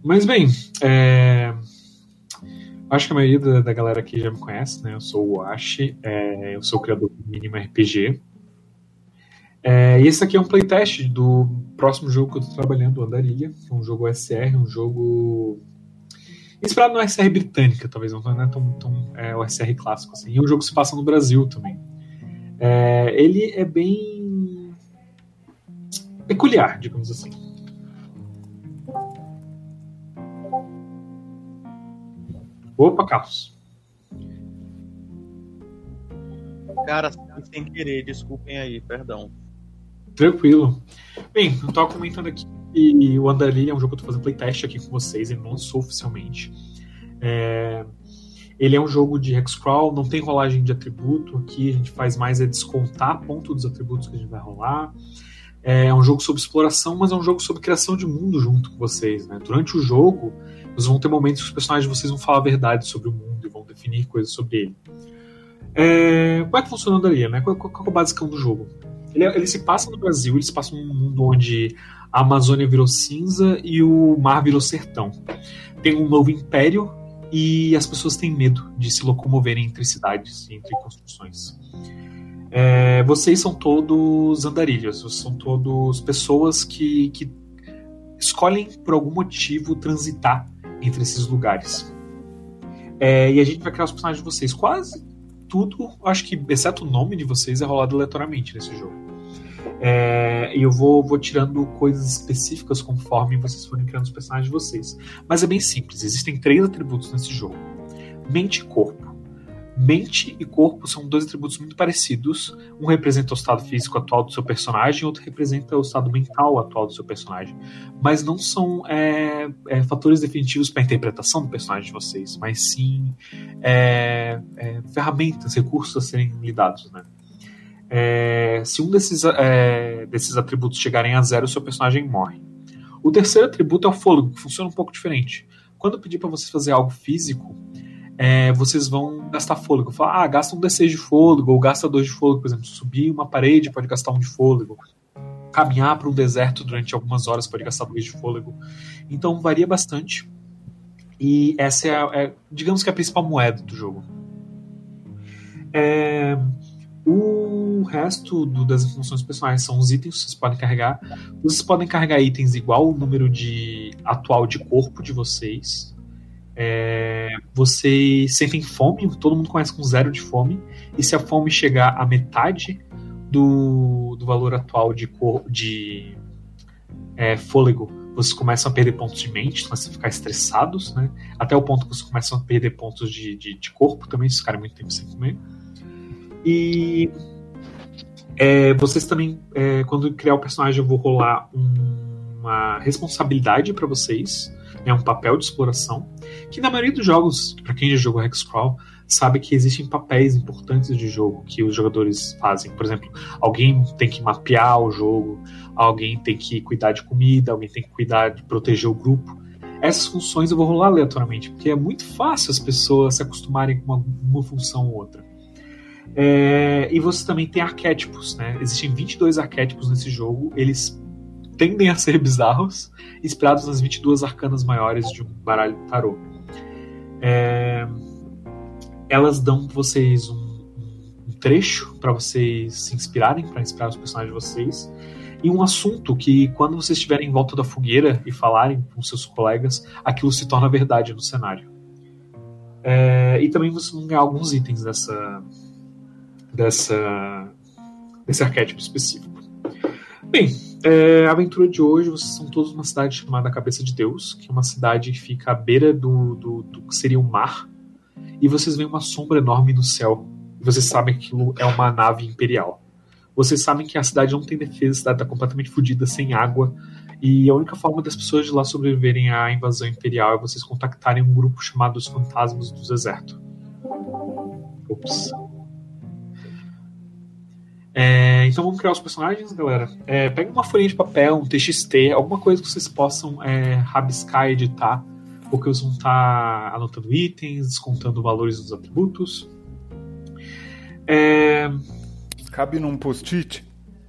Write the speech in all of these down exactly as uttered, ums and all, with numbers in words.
Mas bem, é... acho que a maioria da, da galera aqui já me conhece, né? Eu sou o Ashi, é... eu sou o criador do Mínimo R P G. É... E esse aqui é um playtest do próximo jogo que eu estou trabalhando, o Andarilha, que é um jogo O S R, um jogo inspirado no O S R britânica, talvez, não é tão, tão é, O S R clássico assim. E é um jogo que se passa no Brasil também. É... Ele é bem peculiar, digamos assim. Opa, Carlos. Cara, sem querer, desculpem aí, perdão. Tranquilo. Bem, eu tava comentando aqui que o Andarilha é um jogo que eu tô fazendo playtest aqui com vocês, ele não lançou oficialmente. É... Ele é um jogo de hexcrawl, não tem rolagem de atributo, aqui a gente faz mais é descontar ponto dos atributos que a gente vai rolar. É um jogo sobre exploração, mas é um jogo sobre criação de mundo junto com vocês, né? Durante o jogo, vocês vão ter momentos que os personagens de vocês vão falar a verdade sobre o mundo e vão definir coisas sobre ele. É... Como é que funciona o Andarilha, né? Qual, qual, qual é o basicão do jogo? Ele, ele se passa no Brasil, ele se passa num mundo onde a Amazônia virou cinza e o mar virou sertão. Tem um novo império e as pessoas têm medo de se locomoverem entre cidades e entre construções. É, vocês são todos andarilhas, vocês são todos pessoas que, que escolhem por algum motivo transitar entre esses lugares. É, e a gente vai criar os personagens de vocês. Quase tudo, acho que exceto o nome de vocês, é rolado aleatoriamente nesse jogo. É, e eu vou, vou tirando coisas específicas conforme vocês forem criando os personagens de vocês. Mas é bem simples, existem três atributos nesse jogo: mente e corpo. Mente e corpo são dois atributos muito parecidos. Um representa o estado físico atual do seu personagem, outro representa o estado mental atual do seu personagem. Mas não são é, é, fatores definitivos para a interpretação do personagem de vocês, mas sim é, é, ferramentas, recursos a serem lidados, né? É, se um desses, é, desses atributos chegarem a zero, o seu personagem morre. O terceiro atributo é o fôlego, que funciona um pouco diferente. Quando eu pedir para vocês fazer algo físico, É, vocês vão gastar fôlego. Falar, ah, gasta um D seis de fôlego, ou gasta dois de fôlego, por exemplo. Subir uma parede pode gastar um de fôlego. Caminhar para um deserto durante algumas horas pode gastar dois de fôlego. Então varia bastante. E essa é, a, é digamos que é a principal moeda do jogo. É, o resto do, das funções pessoais são os itens que vocês podem carregar. Vocês podem carregar itens igual o número de, atual de corpo de vocês. É, vocês sentem fome, todo mundo começa com zero de fome, e se a fome chegar à metade do, do valor atual de, cor, de é, fôlego, vocês começam a perder pontos de mente, começam a ficar estressados, né? Até o ponto que vocês começam a perder pontos de, de, de corpo também, se ficarem muito tempo sem comer. E é, vocês também, é, quando criar o personagem, eu vou rolar um, uma responsabilidade para vocês. É um papel de exploração, que na maioria dos jogos, para quem já jogou Hexcrawl, sabe que existem papéis importantes de jogo que os jogadores fazem. Por exemplo, alguém tem que mapear o jogo, alguém tem que cuidar de comida, alguém tem que cuidar de proteger o grupo. Essas funções eu vou rolar aleatoriamente, porque é muito fácil as pessoas se acostumarem com uma, uma função ou outra. É, e você também tem arquétipos, né? Existem vinte e dois arquétipos nesse jogo, eles tendem a ser bizarros, inspirados nas vinte e duas arcanas maiores de um baralho tarô. É... Elas dão pra vocês um, um trecho para vocês se inspirarem, para inspirar os personagens de vocês, e um assunto que, quando vocês estiverem em volta da fogueira e falarem com seus colegas, aquilo se torna verdade no cenário. É... E também vocês vão ganhar alguns itens dessa, dessa, desse arquétipo específico. Bem, é, a aventura de hoje, vocês são todos numa cidade chamada Cabeça de Deus, que é uma cidade que fica à beira do, do, do que seria um mar, e vocês veem uma sombra enorme no céu, e vocês sabem que aquilo é uma nave imperial. Vocês sabem que a cidade não tem defesa, a cidade está completamente fodida, sem água, e a única forma das pessoas de lá sobreviverem à invasão imperial é vocês contactarem um grupo chamado os Fantasmas do Deserto. Ops. É, então vamos criar os personagens, galera. É, pega uma folhinha de papel, um T X T, alguma coisa que vocês possam é, rabiscar e editar, porque vocês vão estar anotando itens, descontando valores dos atributos. É... Cabe num post-it?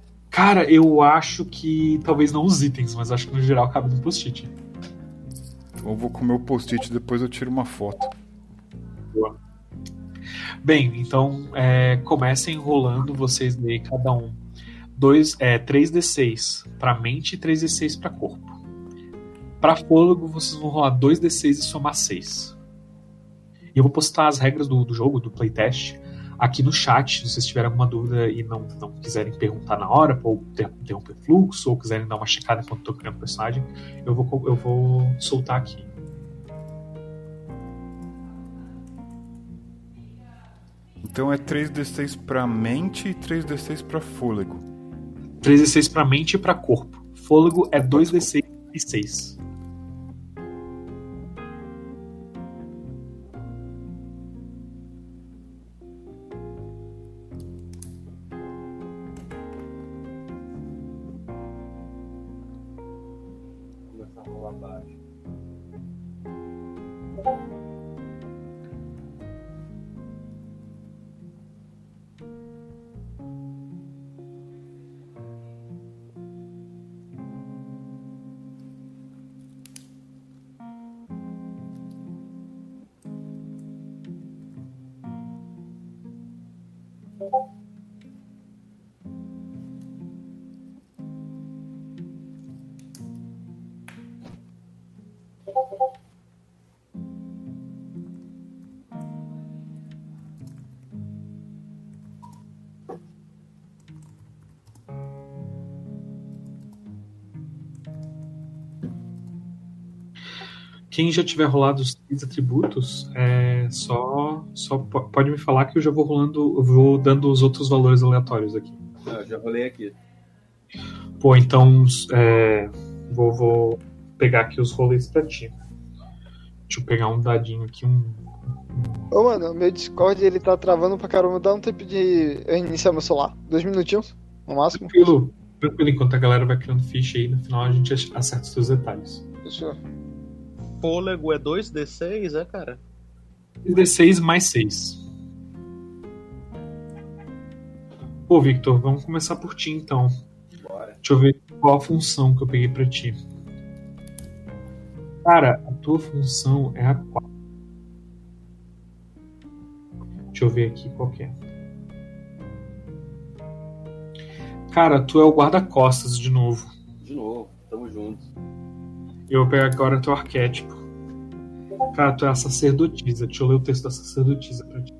Cara, eu acho que talvez não os itens, mas acho que no geral cabe num post-it. Então eu vou comer o post-it, depois eu tiro uma foto. Boa. Bem, então é, comecem rolando vocês daí, cada um. Dois, é, três D seis para mente e três D seis para corpo. Para fôlego, vocês vão rolar dois D seis e somar seis. E eu vou postar as regras do, do jogo, do playtest, aqui no chat. Se vocês tiverem alguma dúvida e não, não quiserem perguntar na hora, ou interromper fluxo, ou quiserem dar uma checada enquanto estou criando o personagem, eu vou, eu vou soltar aqui. Então é três D seis pra mente e três D seis pra fôlego. três D seis pra mente e pra corpo. Fôlego é dois D seis e seis. Vou começar a rolar baixo. Quem já tiver rolado os três atributos, é, só, só pode me falar que eu já vou rolando, eu vou dando os outros valores aleatórios aqui. Não, eu já rolei aqui. Pô, então é, vou, vou pegar aqui os rolês pra ti. Deixa eu pegar um dadinho aqui, um... Ô, mano, meu Discord ele tá travando pra caramba. Dá um tempo de eu iniciar meu celular. Dois minutinhos, no máximo. Tranquilo, tranquilo, enquanto a galera vai criando ficha aí, no final a gente acerta os seus detalhes. Fechou. Fôlego é dois D seis, é, cara? três D seis mais seis. Pô, Victor, vamos começar por ti então. Bora. Deixa eu ver qual a função que eu peguei pra ti. Cara, a tua função é a quatro. Deixa eu ver aqui qual que é. Cara, tu é o guarda-costas de novo. De novo, tamo juntos. Eu vou pegar agora teu arquétipo. Cara, tu é a sacerdotisa. Deixa eu ler o texto da sacerdotisa pra ti.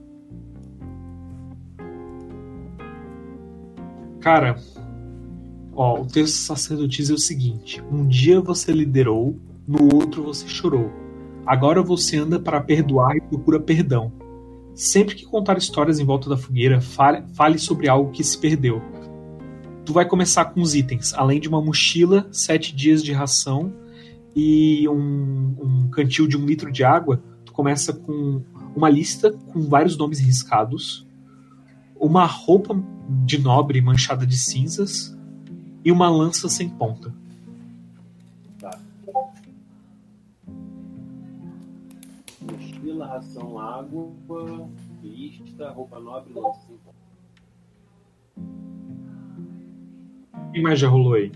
Cara, ó, o texto da sacerdotisa é o seguinte: um dia você liderou, no outro você chorou. Agora você anda para perdoar e procura perdão. Sempre que contar histórias em volta da fogueira, fale, fale sobre algo que se perdeu. Tu vai começar com os itens, além de uma mochila, sete dias de ração e um, um cantil de um litro de água. Tu começa com uma lista com vários nomes riscados, uma roupa de nobre manchada de cinzas e uma lança sem ponta. Tá. Mochila, ração, água, lista, roupa nobre, lança sem ponta. Quem mais já rolou aí?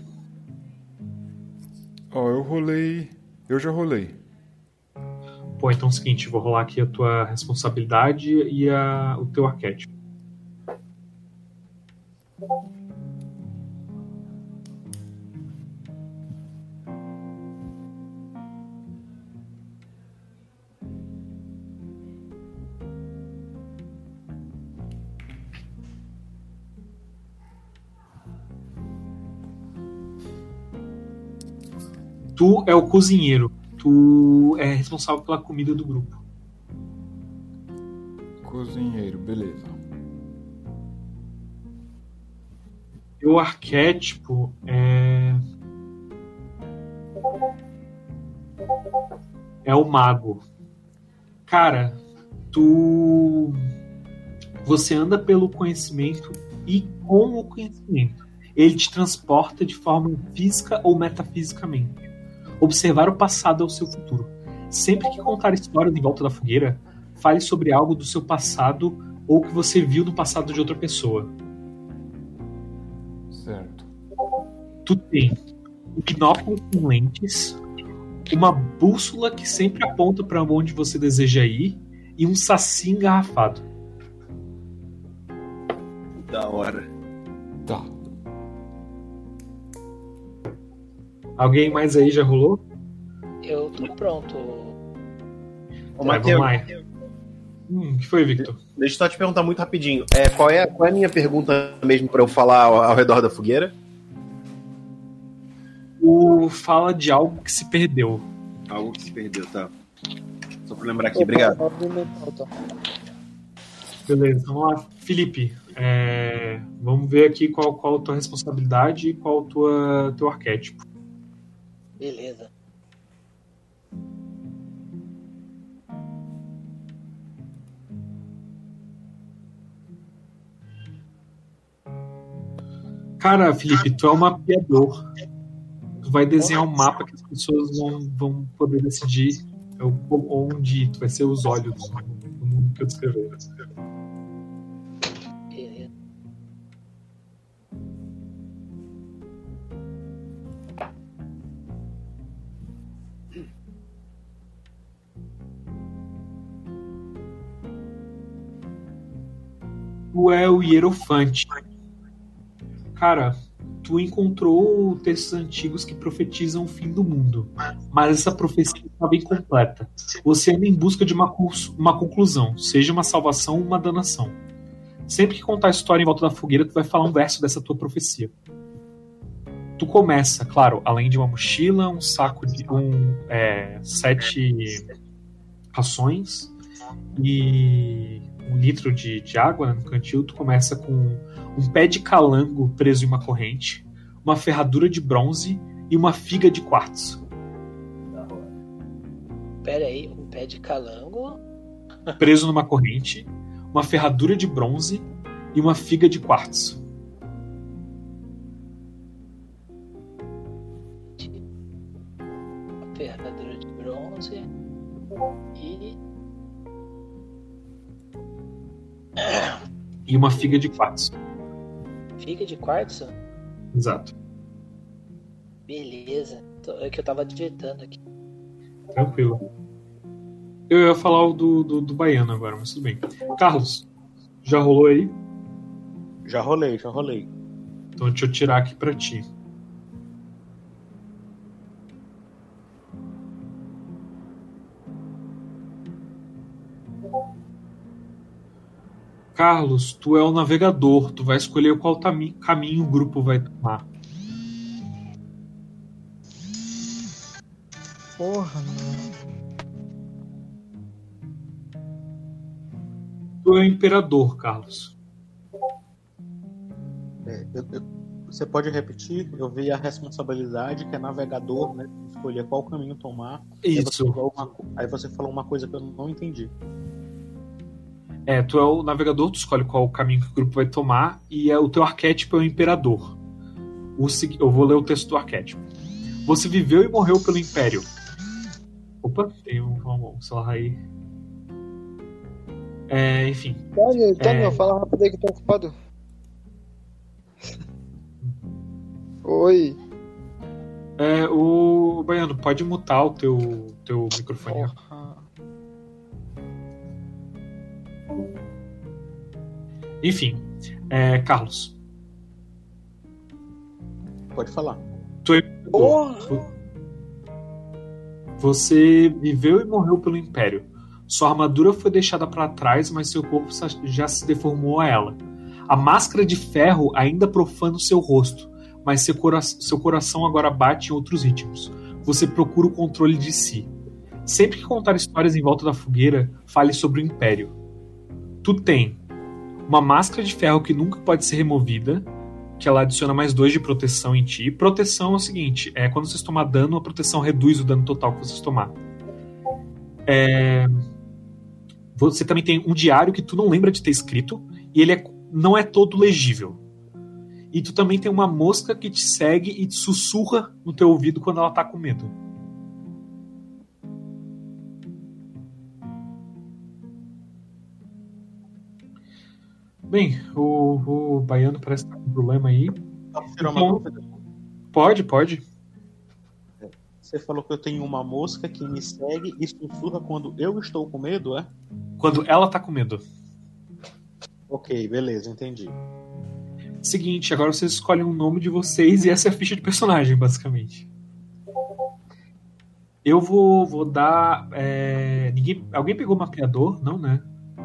Ó, eu rolei... Eu já rolei. Pô, então é o seguinte, vou rolar aqui a tua responsabilidade e a, o teu arquétipo. Tu é o cozinheiro. Tu é responsável pela comida do grupo. Cozinheiro, beleza. O arquétipo é... é o mago. Cara, tu... você anda pelo conhecimento e com o conhecimento. Ele te transporta de forma física ou metafisicamente. Observar o passado é o seu futuro. Sempre que contar histórias em volta da fogueira, fale sobre algo do seu passado ou que você viu no passado de outra pessoa. Certo. Tu tem um binóculo com lentes, uma bússola que sempre aponta para onde você deseja ir e um saci engarrafado. Da hora. Tá. Alguém mais aí já rolou? Eu tô pronto. Ô, Vai, Matheus, vamos lá. Hum, o que foi, Victor? deixa eu só te perguntar muito rapidinho. É, qual, é, qual é a minha pergunta mesmo pra eu falar ao, ao redor da fogueira? O fala de algo que se perdeu. Algo que se perdeu, tá. Só pra lembrar aqui, obrigado. Beleza, vamos lá. Felipe, é, vamos ver aqui qual, qual a tua responsabilidade e qual o tua, teu arquétipo. Beleza. Cara, Felipe, tu é um mapeador. Tu vai desenhar um mapa que as pessoas vão, vão poder decidir onde tu vai ser os olhos no mundo que eu descrever. Beleza. Tu é o Hierofante. Cara, tu encontrou textos antigos que profetizam o fim do mundo, mas essa profecia estava incompleta. Você anda em busca de uma, curs- uma conclusão, seja uma salvação ou uma danação. Sempre que contar a história em volta da fogueira, tu vai falar um verso dessa tua profecia. Tu começa, claro, além de uma mochila, um saco de um, é, sete rações e um litro de, de água, né, no cantil. Tu começa com um pé de calango preso em uma corrente, uma ferradura de bronze e uma figa de quartzo. Pera aí, um pé de calango. Preso numa corrente, uma ferradura de bronze e uma figa de quartzo. Uma ferradura de bronze e. E uma figa de quartzo. Figa de quartzo? Exato. Beleza. Tô- É que eu tava digitando aqui. Tranquilo. Eu ia falar o do, do, do baiano agora, mas tudo bem. Carlos, já rolou aí? Já rolei, já rolei. Então deixa eu tirar aqui pra ti. Carlos, tu é o navegador. Tu vai escolher qual tami- caminho o grupo vai tomar. Porra, mano. Tu é o imperador, Carlos. É, eu- eu- você pode repetir? Eu vi a responsabilidade, que é navegador, né? Escolher qual caminho tomar. Aí você, Isso. falou uma, co- aí você falou uma coisa que eu não entendi. É, tu é o navegador, tu escolhe qual o caminho que o grupo vai tomar e é, o teu arquétipo é o imperador. O, segui- eu vou ler o texto do arquétipo. Você viveu e morreu pelo Império. Opa, tem um, um, um celular aí. É, enfim. Tânia, Tânia, É. fala rápido aí que eu tô ocupado. Oi. É, o Baiano, pode mutar o teu, teu microfone. Porra. Enfim, é, Carlos. Pode falar. Tu é Porra. Você viveu e morreu pelo Império. Sua armadura foi deixada para trás, mas seu corpo sa- já se deformou a ela. A máscara de ferro ainda profana o seu rosto, mas seu, cora- seu coração agora bate em outros ritmos. Você procura o controle de si. Sempre que contar histórias em volta da fogueira, fale sobre o Império. Tu tem uma máscara de ferro que nunca pode ser removida, que ela adiciona mais dois de proteção em ti. Proteção é o seguinte, é quando vocês tomar dano, a proteção reduz o dano total que vocês tomar. É, você também tem um diário que tu não lembra de ter escrito, e ele é- não é todo legível. E tu também tem uma mosca que te segue e te sussurra no teu ouvido quando ela tá com medo. Bem, o, o Baiano parece que tá com problema aí. Só pra tirar uma Então- dúvida. Pode, pode. Você falou que eu tenho uma mosca que me segue e sussurra quando eu estou com medo, é? Quando ela tá com medo. Ok, beleza, entendi. Seguinte, agora vocês escolhem um nome de vocês e essa é a ficha de personagem, basicamente. Eu vou, vou dar... É... Ninguém... Alguém pegou o mapeador? Não, né?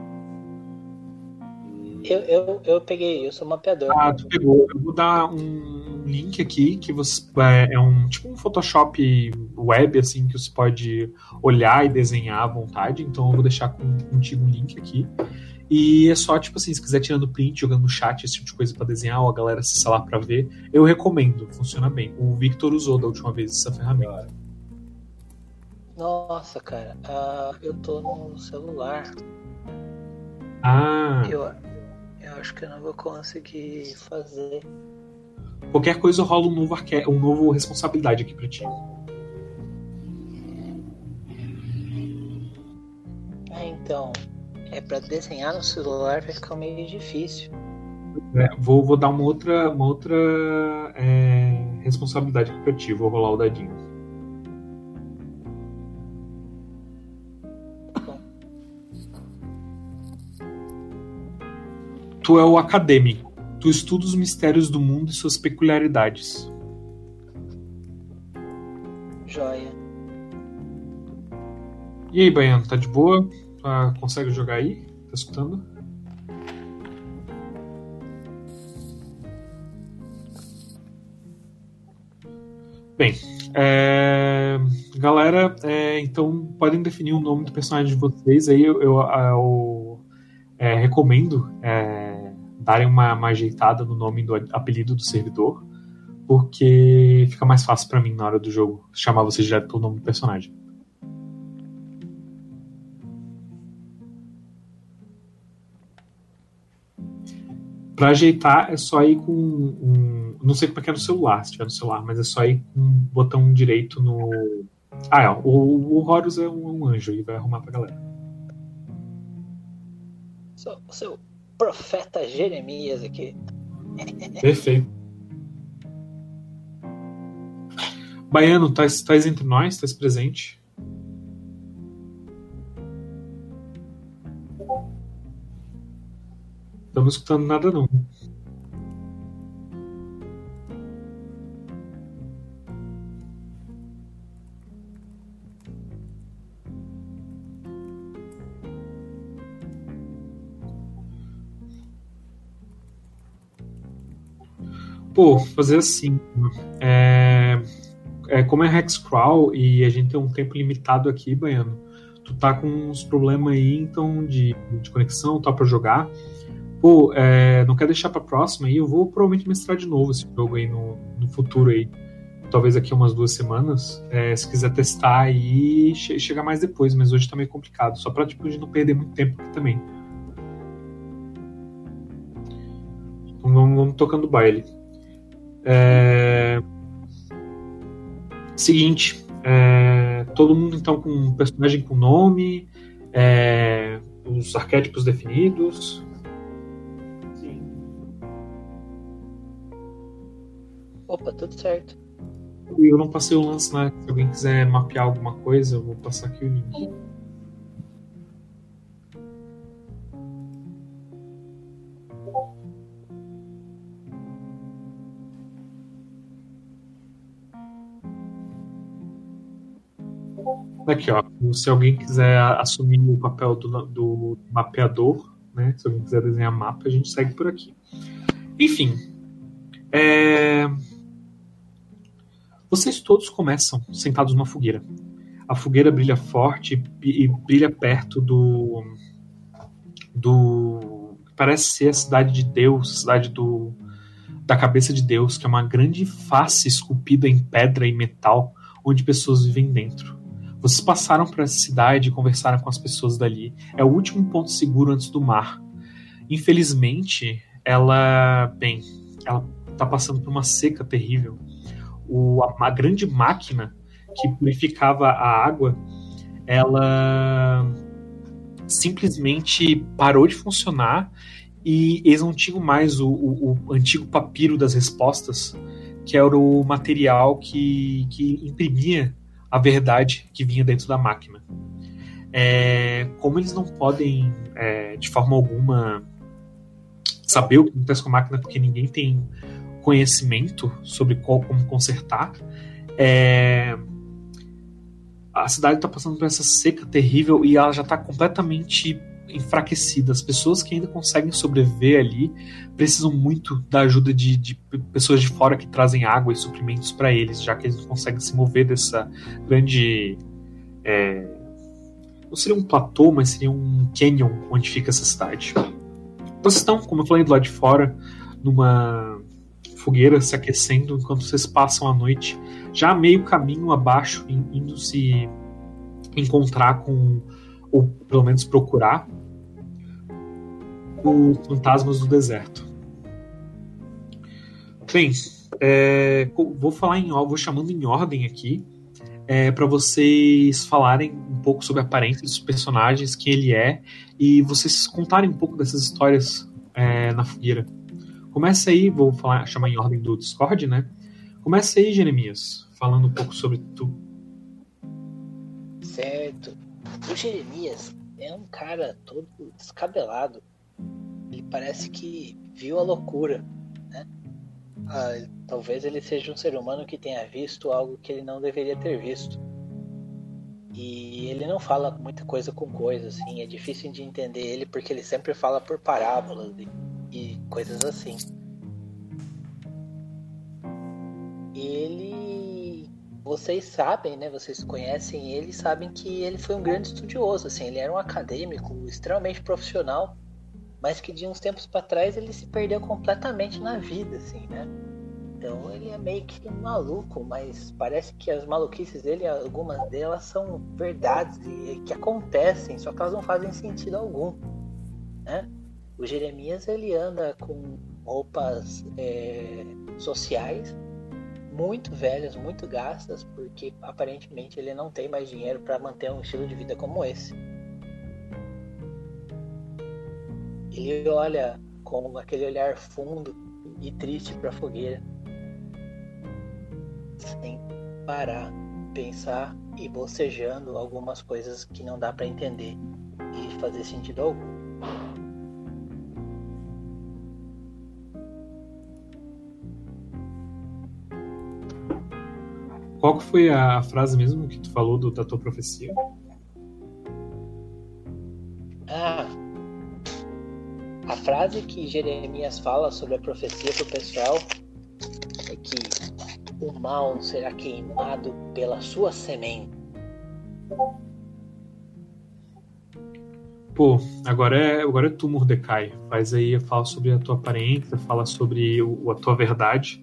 Eu, eu, eu peguei, eu sou mapeador. Ah, tu pegou. Eu vou dar um link aqui que você é, é um tipo um Photoshop web assim que você pode olhar e desenhar à vontade. Então eu vou deixar com, contigo um link aqui. E é só tipo assim, se quiser tirando print, jogando no chat, esse tipo de coisa pra desenhar ou a galera acessar lá pra ver, eu recomendo. Funciona bem. O Victor usou da última vez essa ferramenta. Nossa, cara, uh, eu tô no celular. Ah. Eu, eu acho que eu não vou conseguir fazer. Qualquer coisa rola um novo, arque... um novo responsabilidade aqui pra ti. Ah, então, é pra desenhar no celular vai ficar meio difícil. É, vou, vou dar uma outra, uma outra é, responsabilidade aqui pra ti. Vou rolar o dadinho. Tu é o acadêmico. Tu estuda os mistérios do mundo e suas peculiaridades. Joia. E aí, Baiano, tá de boa? Ah, consegue jogar aí? Tá escutando? Bem, é... galera, é... então podem definir o nome do personagem de vocês. Aí eu, eu, eu é, recomendo é, darem uma, uma ajeitada no nome do apelido do servidor, porque fica mais fácil pra mim na hora do jogo chamar vocês direto pelo nome do personagem. Pra ajeitar é só ir com um... Não sei como é que é no celular, se tiver no celular, mas é só ir com um botão direito no... Ah, é, o, o Horus é um, um anjo e vai arrumar pra galera. Sou o seu profeta Jeremias aqui. Perfeito. Baiano, tá, tá entre nós? Tá presente? Estamos escutando nada não. Pô, fazer assim. É, é, como é Hexcrawl e a gente tem um tempo limitado aqui, Baiano, tu tá com uns problemas aí, então, de, de conexão, tá pra jogar. Pô, é, não quer deixar pra próxima aí? Eu vou provavelmente mestrar de novo esse jogo aí no, no futuro aí. Talvez daqui a umas duas semanas. É, se quiser testar aí, che- chegar mais depois, mas hoje tá meio complicado. Só pra tipo, de não perder muito tempo aqui também. Então vamos, vamos tocando o baile. É... Seguinte, é... todo mundo então com um personagem com nome, é... os arquétipos definidos. Sim. Opa, tudo certo. Eu não passei o lance, né? Se alguém quiser mapear alguma coisa, eu vou passar aqui o link. Aqui, ó. Se alguém quiser assumir o papel do, do mapeador, né? Se alguém quiser desenhar mapa, a gente segue por aqui. Enfim. É... Vocês todos começam sentados numa fogueira. A fogueira brilha forte e, e brilha perto do... do... Parece ser a cidade de Deus, a cidade do, da cabeça de Deus, que é uma grande face esculpida em pedra e metal, onde pessoas vivem dentro. Vocês passaram por essa cidade e conversaram com as pessoas dali. É o último ponto seguro antes do mar. Infelizmente, ela... Bem, ela está passando por uma seca terrível. O, a, a grande máquina que purificava a água, ela simplesmente parou de funcionar e eles não tinham mais o, o, o antigo papiro das respostas, que era o material que, que imprimia a verdade que vinha dentro da máquina. É, como eles não podem, é, de forma alguma, saber o que acontece com a máquina, porque ninguém tem conhecimento sobre qual, como consertar, é, a cidade está passando por essa seca terrível e ela já está completamente enfraquecida. As pessoas que ainda conseguem sobreviver ali precisam muito da ajuda de, de pessoas de fora que trazem água e suprimentos para eles, já que eles não conseguem se mover dessa grande... É, não seria um platô, mas seria um canyon onde fica essa cidade. Vocês estão, como eu falei, do lado de fora, numa fogueira se aquecendo, enquanto vocês passam a noite já meio caminho abaixo, indo se encontrar com, ou pelo menos procurar, os fantasmas do deserto. Bem, é, vou falar em, vou chamando em ordem aqui, é, para vocês falarem um pouco sobre a aparência dos personagens, quem ele é, e vocês contarem um pouco dessas histórias é, na fogueira. Começa aí, vou falar, chamar em ordem do Discord, né? Começa aí, Jeremias, falando um pouco sobre tu. Certo. O Jeremias é um cara todo descabelado. Ele parece que viu a loucura, né? Ah, talvez ele seja um ser humano que tenha visto algo que ele não deveria ter visto. E ele não fala muita coisa com coisa, assim. É difícil de entender ele porque ele sempre fala por parábolas e, e coisas assim. Ele... Vocês sabem, né? Vocês conhecem ele e sabem que ele foi um grande estudioso, assim. Ele era um acadêmico extremamente profissional, mas que de uns tempos para trás ele se perdeu completamente na vida, assim, né? Então ele é meio que um maluco, mas parece que as maluquices dele, algumas delas são verdades e que acontecem, só que elas não fazem sentido algum, né? O Jeremias, ele anda com roupas é, sociais, muito velhas, muito gastas, porque aparentemente ele não tem mais dinheiro para manter um estilo de vida como esse. Ele olha com aquele olhar fundo e triste para a fogueira, sem parar, pensar e bocejando algumas coisas que não dá para entender e fazer sentido algum. Qual que foi a frase mesmo que tu falou do, da tua profecia? Ah, a frase que Jeremias fala sobre a profecia pro pessoal é que o mal será queimado pela sua semente. Pô, agora é, agora é tu, Mordecai. Faz aí, fala sobre a tua aparência, fala sobre o, a tua verdade.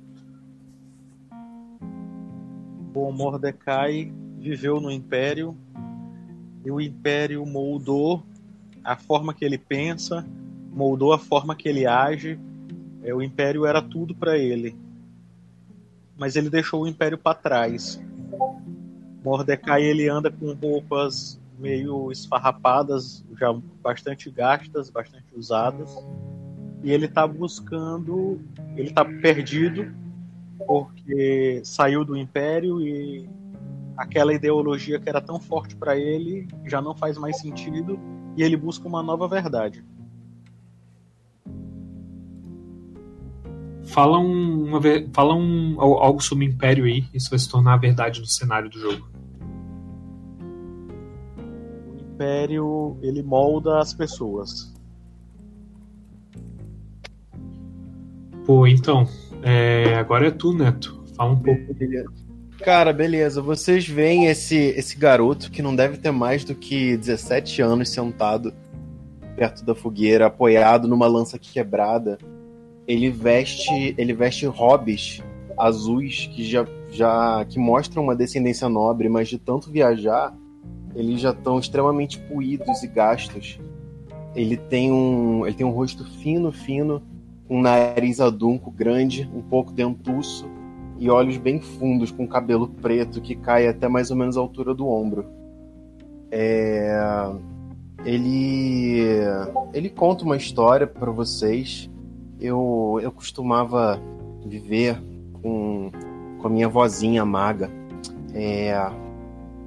O Mordecai viveu no Império e o Império moldou a forma que ele pensa, moldou a forma que ele age. É, o Império era tudo para ele, mas ele deixou o Império para trás. Mordecai, ele anda com roupas meio esfarrapadas, já bastante gastas, bastante usadas, e ele está buscando, ele está perdido porque saiu do Império e aquela ideologia que era tão forte para ele já não faz mais sentido e ele busca uma nova verdade. Fala, um, uma, fala um, algo sobre o Império aí, isso vai se tornar a verdade no cenário do jogo. O Império, ele molda as pessoas. Pô, então, é, agora é tu, Neto. Fala um pouco. Beleza. Cara, beleza. Vocês veem esse, esse garoto que não deve ter mais do que dezessete anos sentado perto da fogueira, apoiado numa lança quebrada. Ele veste, ele veste hobbies azuis que já, já que mostram uma descendência nobre, mas de tanto viajar, eles já estão extremamente puídos e gastos. Ele tem um, ele tem um rosto fino, fino, um nariz adunco grande, um pouco dentuço e olhos bem fundos, com cabelo preto que cai até mais ou menos a altura do ombro. É... Ele, ele conta uma história para vocês. Eu, eu costumava viver com, com a minha vozinha maga. É,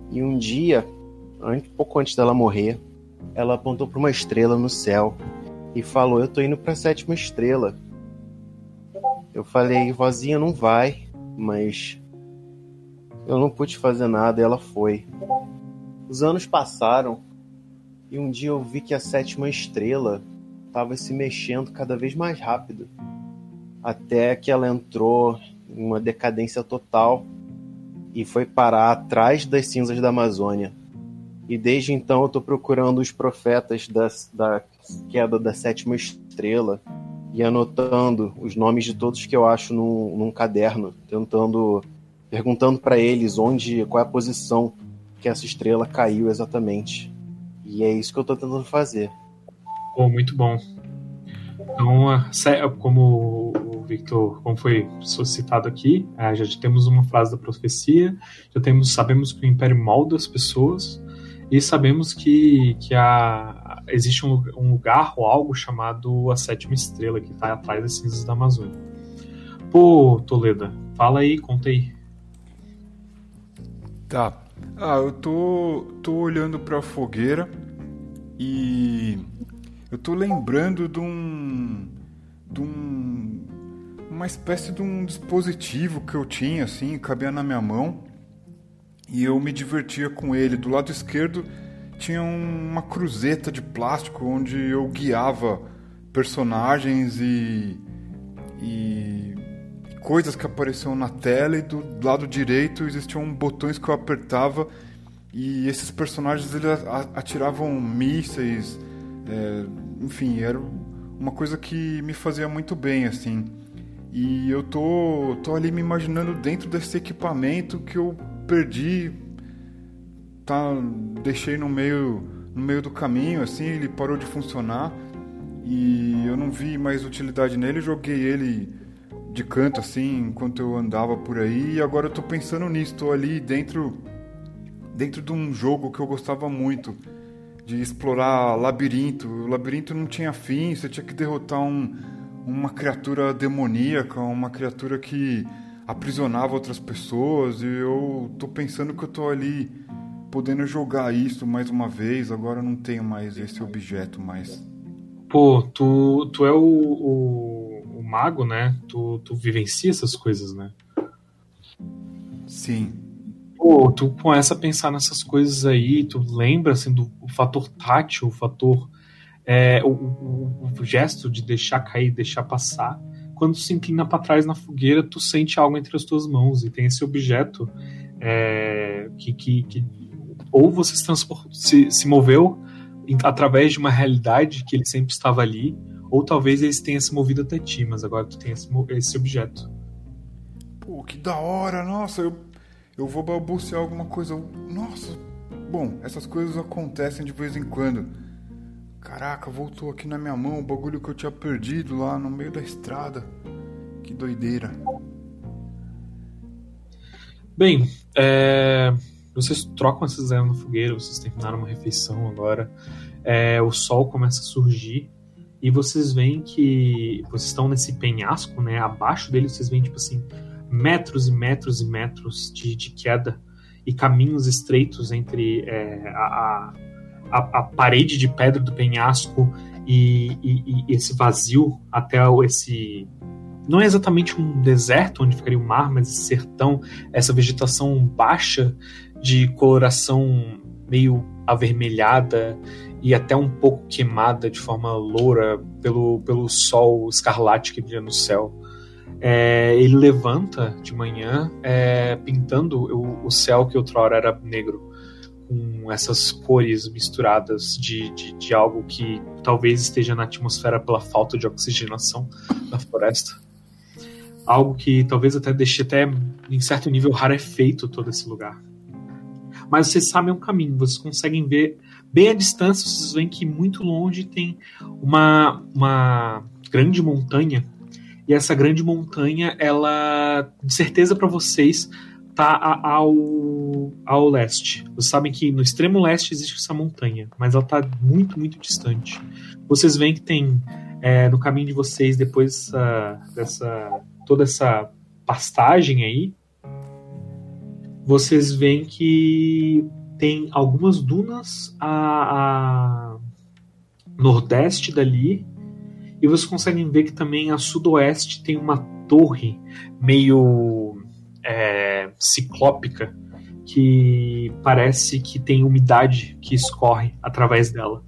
E um dia, antes, pouco antes dela morrer, ela apontou para uma estrela no céu e falou: eu tô indo para a sétima estrela. Eu falei: vozinha, não vai, mas eu não pude fazer nada e ela foi. Os anos passaram e um dia eu vi que a sétima estrela estava se mexendo cada vez mais rápido, até que ela entrou em uma decadência total e foi parar atrás das cinzas da Amazônia. E desde então eu estou procurando os profetas da, da queda da sétima estrela e anotando os nomes de todos que eu acho num, num caderno, tentando, perguntando para eles onde, qual é a posição que essa estrela caiu exatamente. E é isso que eu estou tentando fazer. Pô, muito bom. Então, como o Victor, como foi citado aqui, já temos uma frase da profecia, já temos, sabemos que o Império molda as pessoas, e sabemos que, que há, existe um, um lugar ou algo chamado a Sétima Estrela, que está atrás das cinzas da Amazônia. Pô, Toledo, fala aí, conta aí. Tá. Ah, eu tô, tô olhando pra fogueira e eu tô lembrando de um, de um, uma espécie de um dispositivo que eu tinha, assim, cabia na minha mão e eu me divertia com ele. Do lado esquerdo tinha uma cruzeta de plástico onde eu guiava personagens e, e coisas que apareciam na tela, e do lado direito existiam botões que eu apertava e esses personagens eles atiravam mísseis, é, enfim, era uma coisa que me fazia muito bem, assim. E eu tô, tô ali me imaginando dentro desse equipamento que eu perdi, tá, deixei no meio, no meio do caminho, assim, ele parou de funcionar e eu não vi mais utilidade nele, joguei ele de canto, assim, enquanto eu andava por aí, e agora eu tô pensando nisso, tô ali dentro, dentro de um jogo que eu gostava muito, de explorar labirinto. O labirinto não tinha fim, você tinha que derrotar um, uma criatura demoníaca, uma criatura que aprisionava outras pessoas, e eu tô pensando que eu tô ali podendo jogar isso mais uma vez. Agora eu não tenho mais esse objeto mais. Pô, tu, tu é o, o, o mago, né? Tu, tu vivencia essas coisas, né? Sim. Pô, tu começa a pensar nessas coisas aí, tu lembra, assim, do o fator tátil, o fator... É, o, o, o gesto de deixar cair, deixar passar. Quando tu se inclina pra trás na fogueira, tu sente algo entre as tuas mãos, e tem esse objeto é, que, que, que ou você se, transport, se, se moveu através de uma realidade que ele sempre estava ali, ou talvez ele tenha se movido até ti, mas agora tu tem esse, esse objeto. Pô, que da hora, nossa, eu, eu vou balbuciar alguma coisa, nossa, bom, essas coisas acontecem de vez em quando. Caraca, voltou aqui na minha mão o bagulho que eu tinha perdido lá no meio da estrada, que doideira. Bem, é... vocês trocam essas ideias na fogueira, vocês terminaram uma refeição agora, é, o sol começa a surgir e vocês veem que vocês estão nesse penhasco, né? Abaixo dele vocês veem, tipo assim, metros e metros e metros de, de queda e caminhos estreitos entre é, a, a, a parede de pedra do penhasco e, e, e esse vazio até esse... Não é exatamente um deserto onde ficaria o mar, mas esse sertão, essa vegetação baixa de coloração meio avermelhada e até um pouco queimada de forma loura pelo, pelo sol escarlate que brilha no céu. É, ele levanta de manhã é, pintando o, o céu que outrora era negro, com essas cores misturadas de, de, de algo que talvez esteja na atmosfera pela falta de oxigenação da floresta. Algo que talvez até deixe até, em certo nível, rarefeito todo esse lugar. Mas vocês sabem o caminho, vocês conseguem ver bem à distância, vocês veem que muito longe tem uma, uma grande montanha, e essa grande montanha, ela, de certeza para vocês, está ao, ao leste. Vocês sabem que no extremo leste existe essa montanha, mas ela está muito, muito distante. Vocês veem que tem, é, no caminho de vocês, depois dessa... dessa toda essa pastagem aí, vocês veem que tem algumas dunas a, a nordeste dali, e vocês conseguem ver que também a sudoeste tem uma torre meio é, ciclópica que parece que tem umidade que escorre através dela.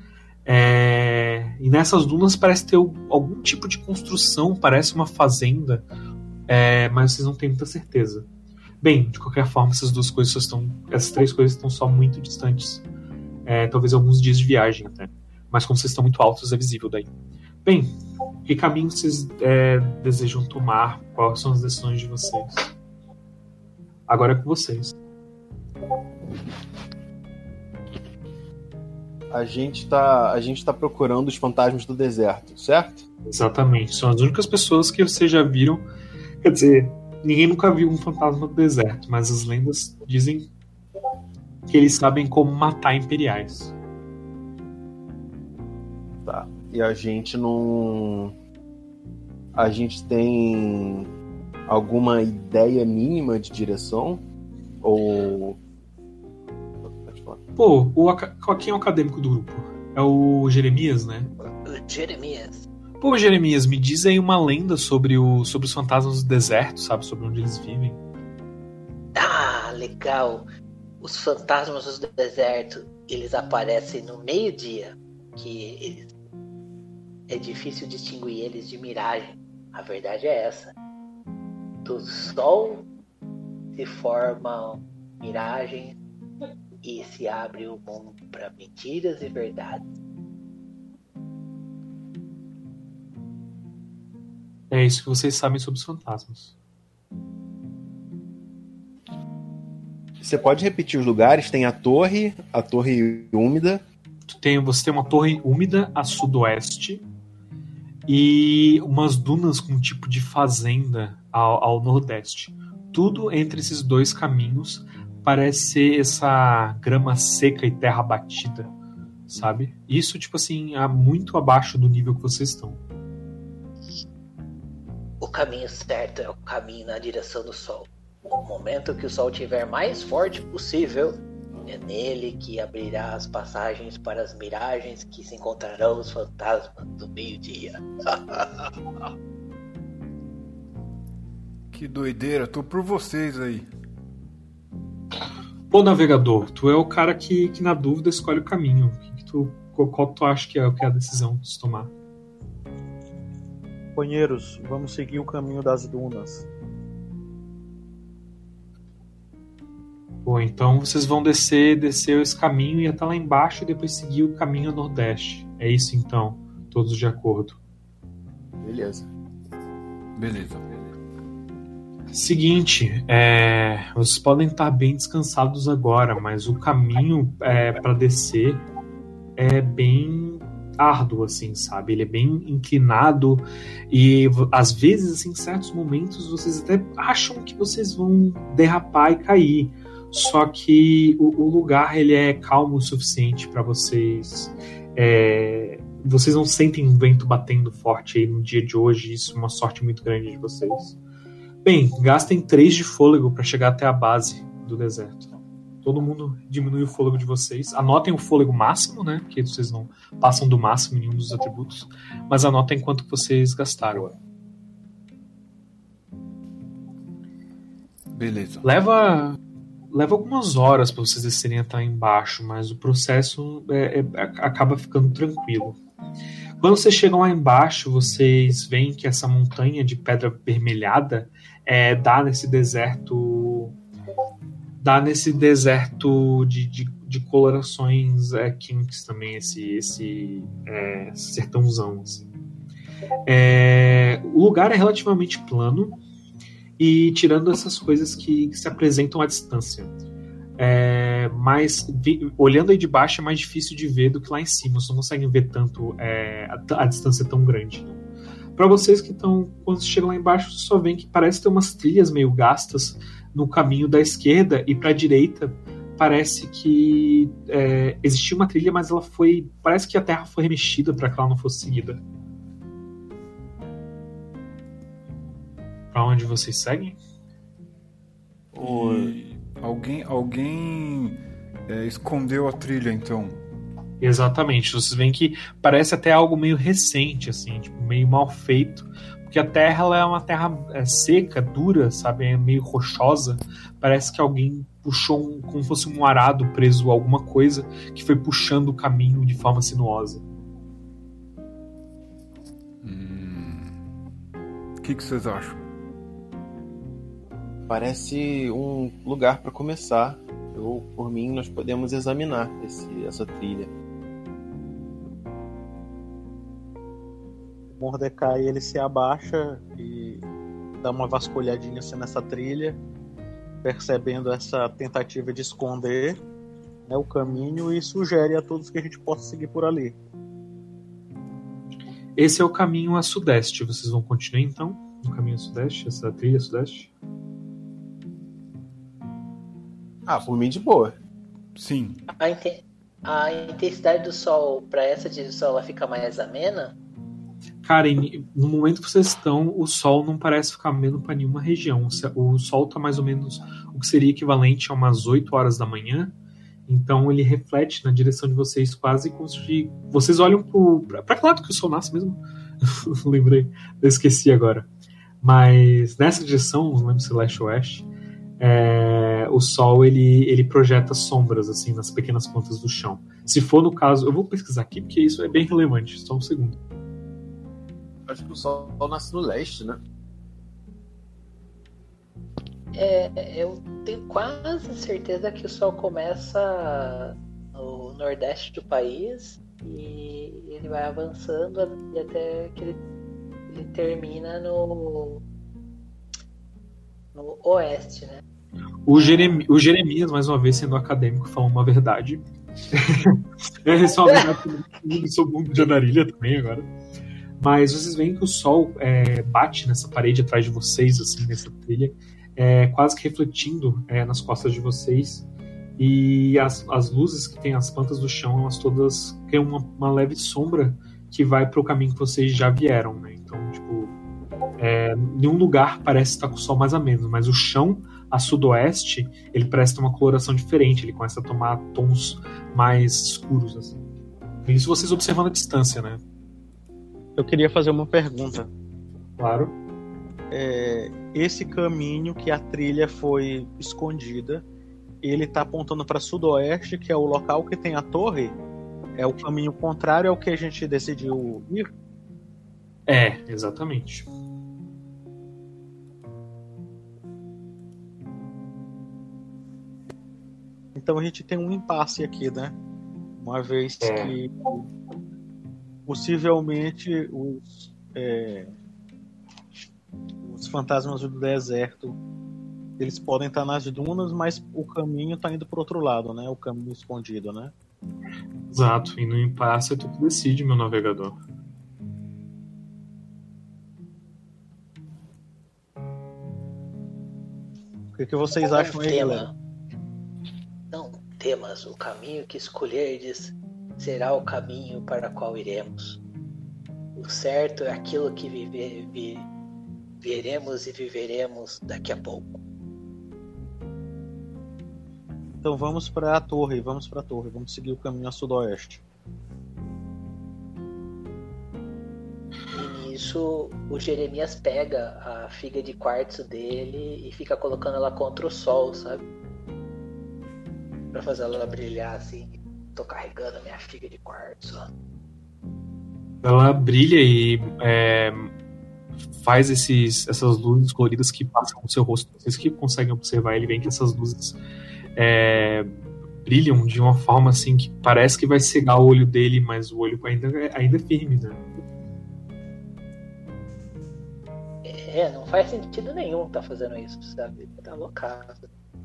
É, e nessas dunas parece ter algum tipo de construção, parece uma fazenda, é, mas vocês não têm muita certeza. Bem, de qualquer forma, essas duas coisas só estão, essas três coisas estão só muito distantes, é, talvez alguns dias de viagem até. Mas como vocês estão muito altos, é visível daí. Bem, que caminho vocês é, desejam tomar? Quais são as decisões de vocês? Agora é com vocês. A gente tá, a gente tá procurando os fantasmas do deserto, certo? Exatamente. São as únicas pessoas que vocês já viram. Quer dizer, ninguém nunca viu um fantasma do deserto, mas as lendas dizem que eles sabem como matar imperiais. Tá. E a gente não... A gente tem alguma ideia mínima de direção? Ou... Pô, o, quem é o acadêmico do grupo? É o Jeremias, né? O Jeremias. Pô, Jeremias, me diz aí uma lenda sobre, o, sobre os fantasmas do deserto, sabe? Sobre onde eles vivem. Ah, legal. Os fantasmas do deserto, eles aparecem no meio-dia, que eles... é difícil distinguir eles de miragem. A verdade é essa. Do sol se formam miragens e se abre o mundo para mentiras e verdades. É isso que vocês sabem sobre os fantasmas. Você pode repetir os lugares? Tem a torre, a torre úmida. Tem, você tem uma torre úmida a sudoeste e umas dunas com um tipo de fazenda ao, ao nordeste. Tudo entre esses dois caminhos parece ser essa grama seca e terra batida, sabe? Isso, tipo assim, é muito abaixo do nível que vocês estão. O caminho certo é o caminho na direção do sol. No momento que o sol estiver mais forte possível, é nele que abrirá as passagens para as miragens que se encontrarão os fantasmas do meio-dia. Que doideira, tô por vocês aí. Pô, navegador, tu é o cara que, que na dúvida escolhe o caminho. O que que tu, qual, qual tu acha que é, que é a decisão de se tomar? Companheiros, vamos seguir o caminho das dunas. Pô, então vocês vão descer, descer esse caminho e até lá embaixo e depois seguir o caminho nordeste. É isso então, todos de acordo. Beleza. Beleza. Seguinte, é, vocês podem estar bem descansados agora, mas o caminho é, para descer é bem árduo, assim, sabe? Ele é bem inclinado e às vezes, assim, em certos momentos vocês até acham que vocês vão derrapar e cair. Só que o, o lugar ele é calmo o suficiente para vocês. É, vocês não sentem um vento batendo forte aí no dia de hoje. Isso é uma sorte muito grande de vocês. Bem, gastem três de fôlego para chegar até a base do deserto. Todo mundo diminui o fôlego de vocês. Anotem o fôlego máximo, né? Porque vocês não passam do máximo em nenhum dos atributos. Mas anotem quanto vocês gastaram. Beleza. Leva, leva algumas horas para vocês descerem até lá embaixo, mas o processo é, é, acaba ficando tranquilo. Quando vocês chegam lá embaixo, vocês veem que essa montanha de pedra vermelhada é, dá nesse deserto dá nesse deserto de, de, de colorações é, quentes também, esse, esse é, sertãozão. Assim. É, o lugar é relativamente plano e tirando essas coisas que, que se apresentam à distância. É, mas vi, olhando aí de baixo é mais difícil de ver do que lá em cima. Vocês não conseguem ver tanto é, a, a distância é tão grande. Para vocês que estão, quando chegam lá embaixo, vocês só veem que parece ter umas trilhas meio gastas no caminho da esquerda, e para a direita parece que é, existia uma trilha, mas ela foi, parece que a terra foi remexida para que ela não fosse seguida. Para onde vocês seguem? E alguém, alguém é, escondeu a trilha, então. Exatamente. Vocês veem que parece até algo meio recente, assim, tipo, meio mal feito. Porque a terra ela é uma terra é, seca, dura, sabe? É meio rochosa. Parece que alguém puxou um, como se fosse um arado preso a alguma coisa que foi puxando o caminho de forma sinuosa. Hum. O que, que vocês acham? Parece um lugar para começar. Eu, por mim, nós podemos examinar esse, essa trilha. Mordecai ele se abaixa e dá uma vasculhadinha assim nessa trilha, percebendo essa tentativa de esconder, né, o caminho, e sugere a todos que a gente possa seguir por ali. Esse é o caminho a sudeste. Vocês vão continuar então no caminho a sudeste, essa trilha a sudeste? Ah, por mim de boa. Sim. A, inte- a intensidade do sol para essa direção ela fica mais amena? Cara, no momento que vocês estão, o sol não parece ficar ameno para nenhuma região. O sol está mais ou menos o que seria equivalente a umas oito horas da manhã. Então ele reflete na direção de vocês, quase como se vocês olham para que lado que o sol nasce mesmo. Lembrei, eu esqueci agora. Mas nessa direção, não lembro se leste ou oeste, é, o sol ele, ele projeta sombras assim nas pequenas pontas do chão. Se for no caso, eu vou pesquisar aqui porque isso é bem relevante. Só um segundo. Acho que o sol nasce no leste, né? É, eu tenho quase certeza que o sol começa no nordeste do país e ele vai avançando até que ele, ele termina no, no oeste, né? O, Jeremi, o Jeremias, mais uma vez, sendo acadêmico, falando uma verdade. É só uma verdade sobre o mundo de Andarilha também agora. Mas vocês veem que o sol é, bate nessa parede atrás de vocês, assim, nessa trilha, é, quase que refletindo é, nas costas de vocês. E as, as luzes que tem as plantas do chão, elas todas criam uma, uma leve sombra que vai para o caminho que vocês já vieram, né? Então, tipo, é, nenhum lugar parece estar com o sol mais ameno, mas o chão a sudoeste, ele parece ter uma coloração diferente, ele começa a tomar tons mais escuros, assim. Isso vocês observando a distância, né? Eu queria fazer uma pergunta. Claro. É, esse caminho que a trilha foi escondida, ele está apontando para sudoeste, que é o local que tem a torre? É o caminho contrário ao que a gente decidiu ir? É, exatamente. Então a gente tem um impasse aqui, né? Uma vez É. que possivelmente os, é, os fantasmas do deserto eles podem estar nas dunas, mas o caminho está indo para o outro lado, né? O caminho escondido, né? Exato. E no impasse é tu que decide, meu navegador. O que, que vocês acham aí, galera? Não temas, o caminho que escolherdes será o caminho para qual iremos. O certo é aquilo que vive, vi, veremos e viveremos daqui a pouco. Então vamos para a torre, vamos para a torre, vamos seguir o caminho a sudoeste. E nisso o Jeremias pega a figa de quartzo dele e fica colocando ela contra o sol, sabe? Pra fazer ela brilhar assim. Tô carregando a minha figa de quartzo, ó. Ela brilha e é, faz esses, essas luzes coloridas que passam no seu rosto. Vocês que conseguem observar, ele vê que essas luzes é, brilham de uma forma assim que parece que vai cegar o olho dele, mas o olho ainda, ainda é firme, né? É, não faz sentido nenhum tá fazendo isso, sabe? Tá loucado.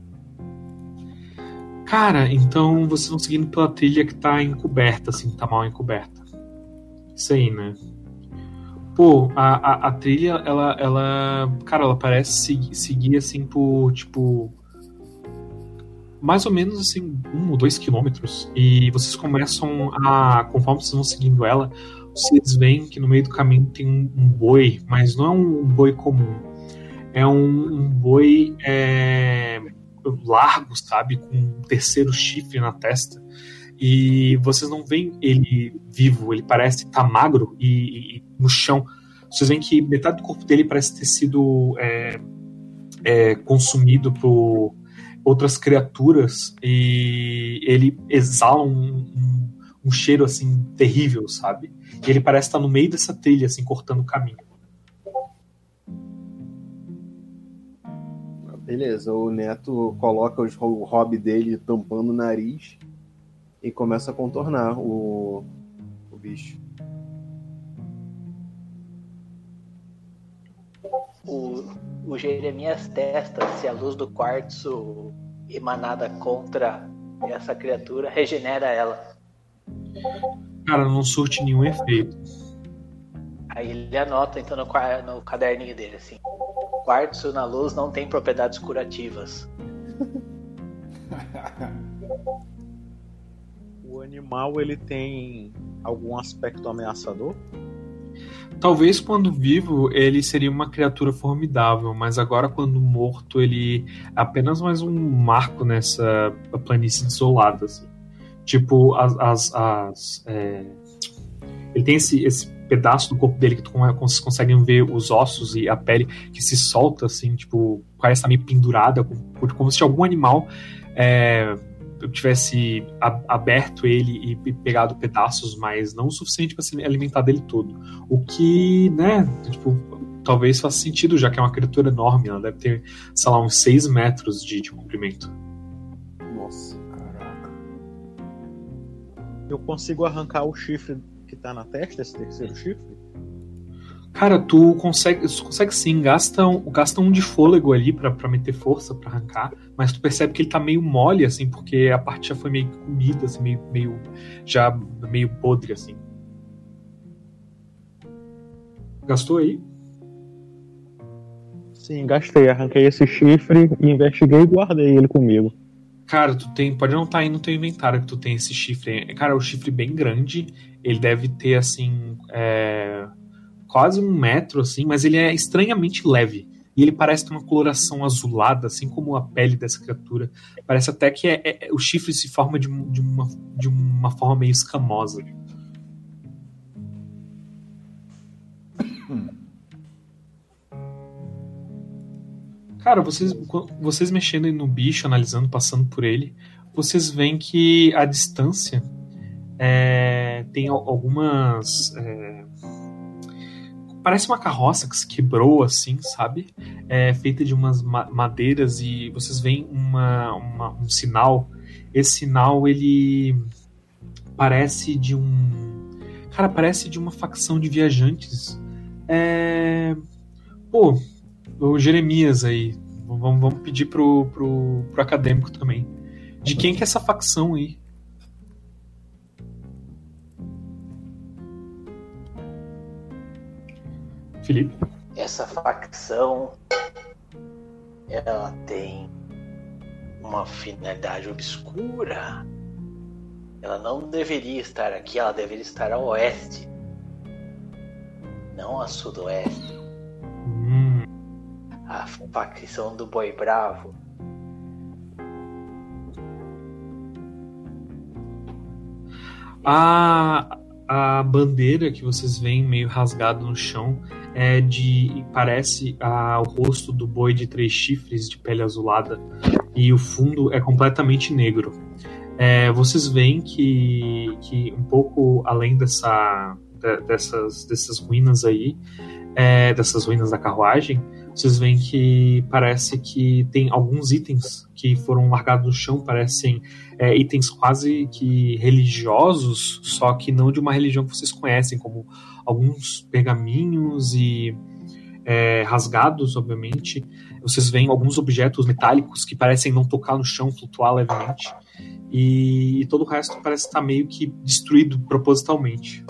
Cara, então vocês vão seguindo pela trilha que tá encoberta, assim, tá mal encoberta. Isso aí, né? Pô, a, a, a trilha, ela, ela. Cara, ela parece seguir, seguir assim por, tipo. Mais ou menos assim, um ou dois quilômetros. E vocês começam a. Conforme vocês vão seguindo ela, vocês veem que no meio do caminho tem um, um boi, mas não é um, um boi comum. É um, um boi. É, largo, sabe? Com terceiro chifre na testa. E vocês não veem ele vivo, ele parece estar magro e, e no chão. Vocês veem que metade do corpo dele parece ter sido é, é, consumido por outras criaturas e ele exala um, um, um cheiro assim terrível, sabe? E ele parece estar no meio dessa trilha, assim, cortando o caminho. Beleza, o Neto coloca os, o hobby dele tampando o nariz e começa a contornar o, o bicho. O, o Jeremias testa se a luz do quartzo emanada contra essa criatura regenera ela. Cara, não surte nenhum efeito. Aí ele anota então no, no caderninho dele assim: quartzo na luz não tem propriedades curativas. O animal, ele tem algum aspecto ameaçador? Talvez quando vivo ele seria uma criatura formidável, mas agora quando morto ele é apenas mais um marco nessa planície desolada, assim. Tipo, as, as, as é... ele tem esse, esse pedaço do corpo dele que tu, vocês conseguem ver os ossos e a pele que se solta, assim, tipo, parece estar meio pendurada, como, como se algum animal é, tivesse aberto ele e pegado pedaços, mas não o suficiente para se alimentar dele todo. O que, né, tipo, talvez faça sentido, já que é uma criatura enorme, ela deve ter, sei lá, uns seis metros de, de comprimento. Nossa, caraca. Eu consigo arrancar o chifre que tá na testa, esse terceiro chifre? Cara, tu consegue, tu consegue sim, gasta um, gasta um de fôlego ali pra, pra meter força pra arrancar, mas tu percebe que ele tá meio mole, assim, porque a parte já foi meio comida, assim, meio, meio já meio podre, assim. Gastou aí? Sim, gastei, arranquei esse chifre, investiguei e guardei ele comigo. Cara, tu tem, pode não estar aí no teu inventário que tu tem esse chifre. Cara, é um chifre bem grande, ele deve ter, assim, é, quase um metro, assim, mas ele é estranhamente leve. E ele parece ter uma coloração azulada, assim como a pele dessa criatura. Parece até que é, é, o chifre se forma de, de, uma, de uma forma meio escamosa. Cara, vocês, vocês mexendo aí no bicho, analisando, passando por ele, vocês veem que a distância é, tem algumas... É, parece uma carroça que se quebrou, assim, sabe? É feita de umas ma- madeiras e vocês veem uma, uma, um sinal. Esse sinal, ele parece de um... Cara, parece de uma facção de viajantes. É... Pô... O Jeremias aí, vamos, vamos pedir pro, pro, pro acadêmico também. De quem que é essa facção aí? Felipe? Essa facção, ela tem uma finalidade obscura. Ela não deveria estar aqui, ela deveria estar a oeste, não a sudoeste. Hum. A facção do Boi Bravo. A, a bandeira que vocês veem meio rasgada no chão é de... parece a, o rosto do boi de três chifres de pele azulada e o fundo é completamente negro. É, vocês veem que, que um pouco além dessa, de, dessas, dessas ruínas aí, é, dessas ruínas da carruagem, vocês veem que parece que tem alguns itens que foram largados no chão, parecem é, itens quase que religiosos, só que não de uma religião que vocês conhecem, como alguns pergaminhos e é, rasgados, obviamente. Vocês veem alguns objetos metálicos que parecem não tocar no chão, flutuar levemente, e, e todo o resto parece estar meio que destruído propositalmente.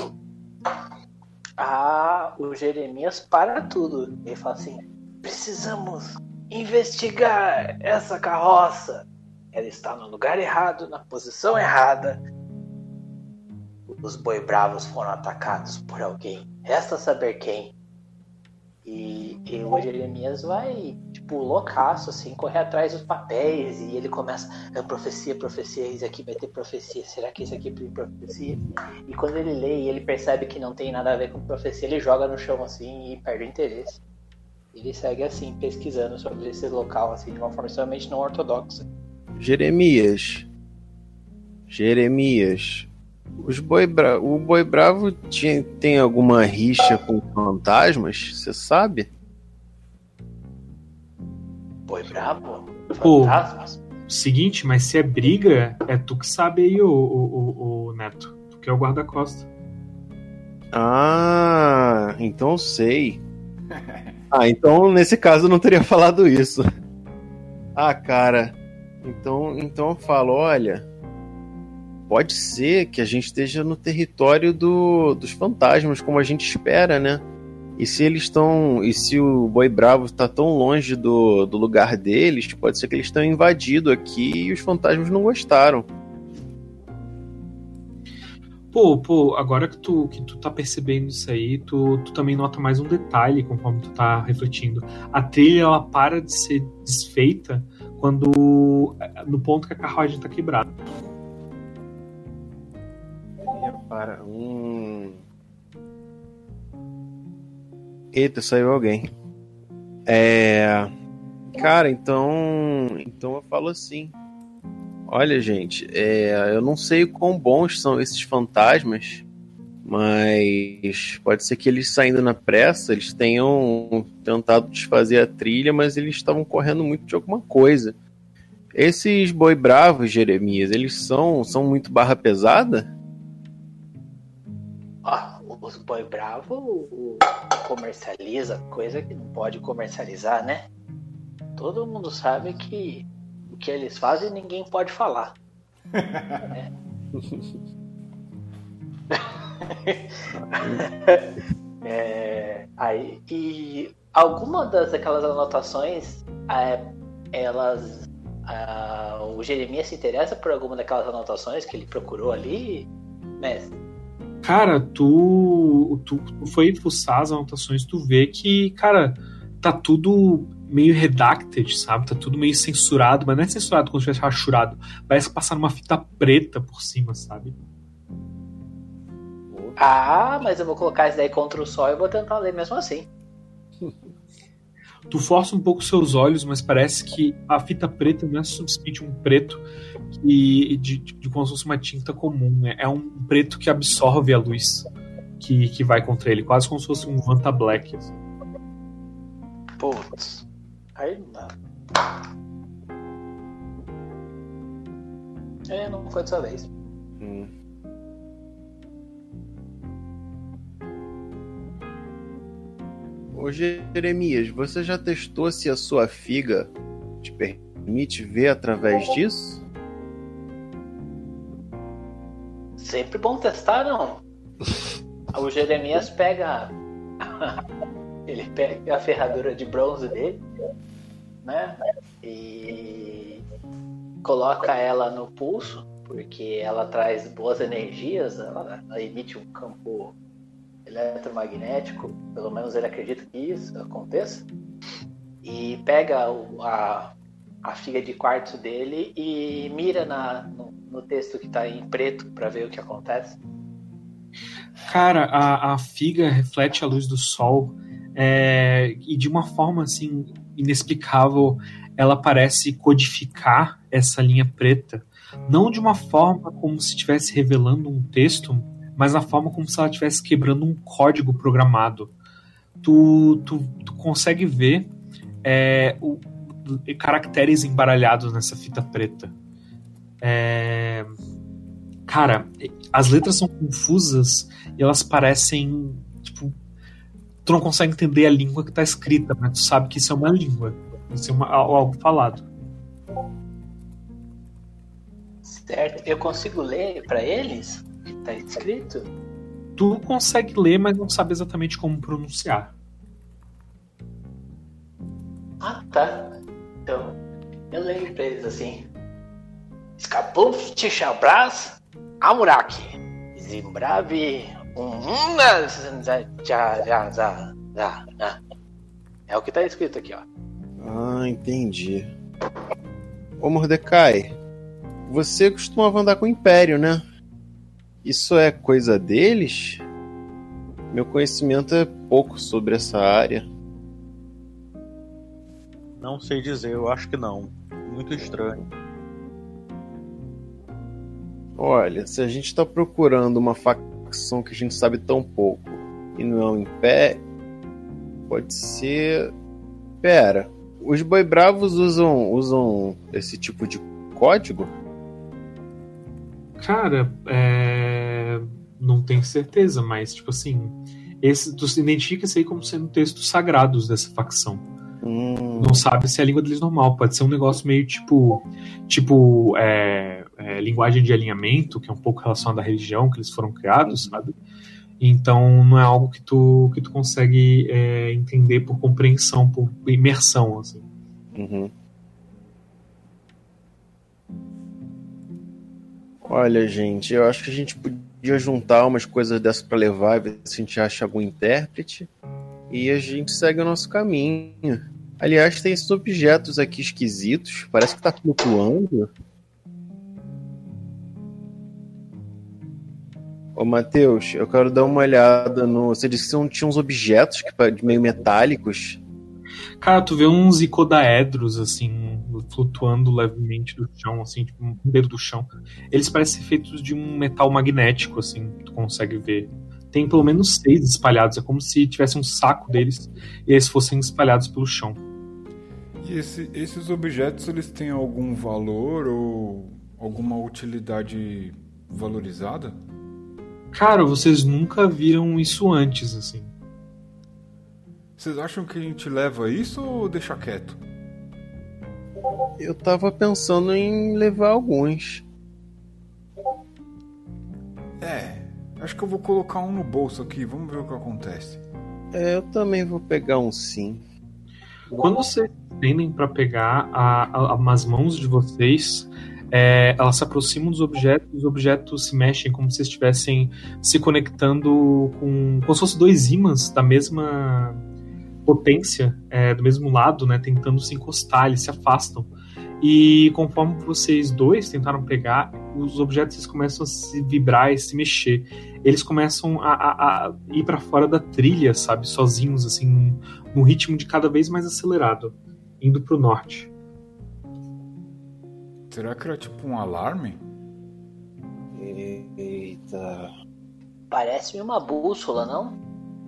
Ah, o Jeremias para tudo. Ele fala assim: precisamos investigar essa carroça. Ela está no lugar errado, na posição errada. Os boi bravos foram atacados por alguém. Resta saber quem. E, e o Jeremias vai, tipo, loucaço, assim, correr atrás dos papéis. E ele começa, ah, profecia, profecia, isso aqui vai ter profecia. Será que isso aqui tem profecia? E quando ele lê e ele percebe que não tem nada a ver com profecia, ele joga no chão, assim, e perde o interesse. Ele segue, assim, pesquisando sobre esse local, assim, de uma forma extremamente não ortodoxa. Jeremias. Jeremias. Os boi bra... O Boi Bravo tinha... tem alguma rixa com fantasmas? Você sabe? Boi Bravo? Pô, Fantasmas? seguinte, mas se é briga, é tu que sabe aí, o, o, o, o Neto. Tu que é o guarda-costa. Ah, então eu sei. Ah, então nesse caso eu não teria falado isso. Ah, cara. Então, então eu falo, olha... Pode ser que a gente esteja no território do, dos fantasmas, como a gente espera, né? E se eles estão. E se o Boi Bravo está tão longe do, do lugar deles, pode ser que eles tenham invadido aqui e os fantasmas não gostaram. Pô, pô, agora que tu, que tu tá percebendo isso aí, tu, tu também nota mais um detalhe conforme tu tá refletindo. A trilha, ela para de ser desfeita quando. No ponto que a carruagem tá quebrada. Para. Hum... Eita, saiu alguém. É. Cara, então. Então eu falo assim. Olha, gente, é... eu não sei o quão bons são esses fantasmas, mas pode ser que eles saindo na pressa, eles tenham tentado desfazer a trilha, mas eles estavam correndo muito de alguma coisa. Esses boi bravos, Jeremias, eles são, são muito barra pesada? Ah, os boi bravo o, comercializa coisa que não pode comercializar, né? Todo mundo sabe que o que eles fazem ninguém pode falar. Né? é, aí, e alguma das aquelas anotações, é, elas, a, o Jeremias se interessa por alguma daquelas anotações que ele procurou ali, mestre? Cara, tu, tu, tu foi fuçar as anotações, tu vê que, cara, tá tudo meio redacted, sabe? Tá tudo meio censurado, mas não é censurado como se tivesse rachurado. Parece passar uma fita preta por cima, sabe? Ah, mas eu vou colocar isso daí contra o sol e vou tentar ler mesmo assim. Tu força um pouco seus olhos, mas parece que a fita preta não é simplesmente um preto que, de, de, de como se fosse uma tinta comum, né? É um preto que absorve a luz que, que vai contra ele, quase como se fosse um Vanta Black. Assim. Putz. Aí não dá. É, não foi dessa vez. Hum. Ô Jeremias, você já testou se a sua figa te permite ver através disso? Sempre bom testar, não? O Jeremias pega ele pega a ferradura de bronze dele, né? E coloca ela no pulso, porque ela traz boas energias, ela, ela emite um campo eletromagnético, pelo menos ele acredita que isso aconteça, e pega o, a, a figa de quartzo dele e mira na, no, no texto que está em preto para ver o que acontece. Cara, a, a figa reflete a luz do sol é, e de uma forma assim inexplicável ela parece codificar essa linha preta, não de uma forma como se estivesse revelando um texto, mas na forma como se ela estivesse quebrando um código programado. Tu, tu, tu consegue ver é, o, caracteres embaralhados nessa fita preta. É, cara, as letras são confusas e elas parecem, tipo, tu não consegue entender a língua que está escrita, mas tu sabe que isso é uma língua, isso é uma, algo falado. Certo, eu consigo ler para eles? Tá escrito? Tu consegue ler, mas não sabe exatamente como pronunciar. Ah, tá. Então, eu leio pra eles assim. Skapuf Tishabras Amurak Zimbravi já já já já já. É o que tá escrito aqui, ó. Ah, entendi. Ô Mordecai, você costumava andar com o Império, né? Isso é coisa deles? Meu conhecimento é pouco sobre essa área. Não sei dizer, eu acho que não. Muito estranho. Olha, se a gente tá procurando uma facção que a gente sabe tão pouco e não é o Império, pode ser... Pera, os Boi Bravos usam, usam esse tipo de código? Cara, é... não tenho certeza, mas, tipo assim, esse, tu identifica isso aí como sendo textos sagrados dessa facção. Hum. Não sabe se é a língua deles normal, pode ser um negócio meio tipo, tipo é, é, linguagem de alinhamento, que é um pouco relacionado à religião que eles foram criados, sabe? Então não é algo que tu, que tu consegue é, entender por compreensão, por imersão, assim. Uhum. Olha, gente, eu acho que a gente podia juntar umas coisas dessas pra levar, ver se a gente acha algum intérprete, e a gente segue o nosso caminho. Aliás, tem esses objetos aqui esquisitos, parece que tá flutuando. Ô, Matheus, eu quero dar uma olhada no... Você disse que tinha uns objetos que meio metálicos. Cara, tu vê uns icodaedros, assim, flutuando levemente do chão, assim, tipo um dedo do chão. Eles parecem feitos de um metal magnético, assim, tu consegue ver. Tem pelo menos seis espalhados, é como se tivesse um saco deles e eles fossem espalhados pelo chão. E esse, esses objetos, eles têm algum valor ou alguma utilidade valorizada? Cara, vocês nunca viram isso antes, assim. Vocês acham que a gente leva isso ou deixa quieto? Eu tava pensando em levar alguns. É, acho que eu vou colocar um no bolso aqui, vamos ver o que acontece. É, eu também vou pegar um sim. Quando vocês tendem para pegar a, a, as mãos de vocês, é, elas se aproximam dos objetos, os objetos se mexem como se estivessem se conectando com, como se fossem dois ímãs da mesma potência, é, do mesmo lado, né, tentando se encostar, eles se afastam. E conforme vocês dois tentaram pegar, os objetos eles começam a se vibrar e se mexer. Eles começam a, a, a ir para fora da trilha, sabe, sozinhos, assim, num, num ritmo de cada vez mais acelerado, indo pro norte. Será que era tipo um alarme? Eita. Parece-me uma bússola, não?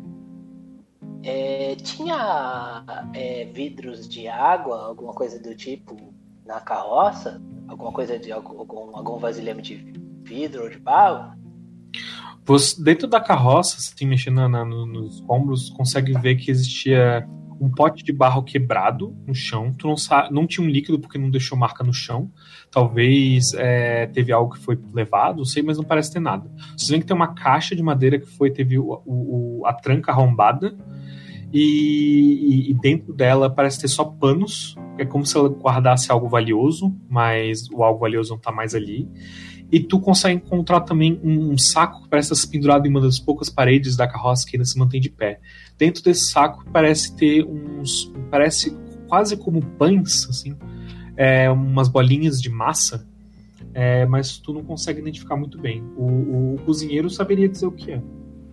É, tinha é, vidros de água, alguma coisa do tipo na carroça? Alguma coisa de algum, algum vasilhame de vidro ou de barro? Você, dentro da carroça, assim, mexendo na, na, nos ombros, consegue ver que existia um pote de barro quebrado no chão. Tu não, sabe, não tinha um líquido porque não deixou marca no chão. Talvez é, teve algo que foi levado, não sei, mas não parece ter nada. Vocês veem que tem uma caixa de madeira que foi, teve o, o, a tranca arrombada. E, e, e dentro dela parece ter só panos. É como se ela guardasse algo valioso, mas o algo valioso não tá mais ali. E tu consegue encontrar também um, um saco que parece estar pendurado em uma das poucas paredes da carroça que ainda se mantém de pé. Dentro desse saco parece ter uns... parece quase como pães, assim, é, umas bolinhas de massa, é, mas tu não consegue identificar muito bem. O, o, o cozinheiro saberia dizer o que é.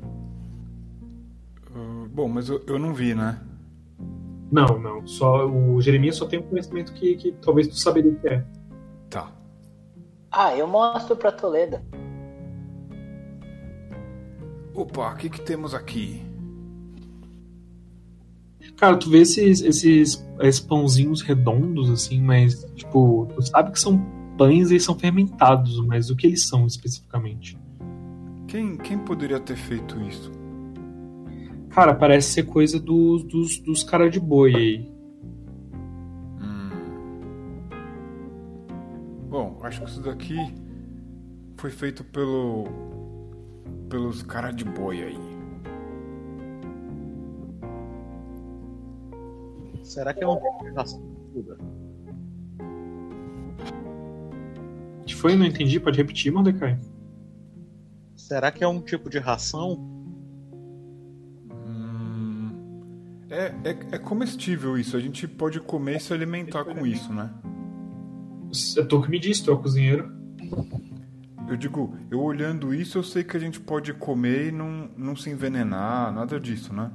Uh, bom, mas eu, eu não vi, né? Não, não. Só, o Jeremias só tem um conhecimento que, que talvez tu saberia o que é. Tá. Ah, eu mostro pra Toledo. Opa, o que que temos aqui? Cara, tu vê esses, esses, esses pãozinhos redondos, assim, mas, tipo, tu sabe que são pães e são fermentados, mas o que eles são especificamente? Quem, quem poderia ter feito isso? Cara, parece ser coisa dos, dos, dos caras de boi aí. Hum. Bom, acho que isso daqui foi feito pelo pelos caras de boi aí. Será que é um tipo de ração? O que foi? Não entendi. Pode repetir, Mordecai? Será que é um tipo de ração? Hum, É, é, é comestível isso, a gente pode comer e se alimentar com isso, né? É tu que me disse, tu é o cozinheiro. Eu digo, eu olhando isso, eu sei que a gente pode comer e não, não se envenenar, nada disso, né?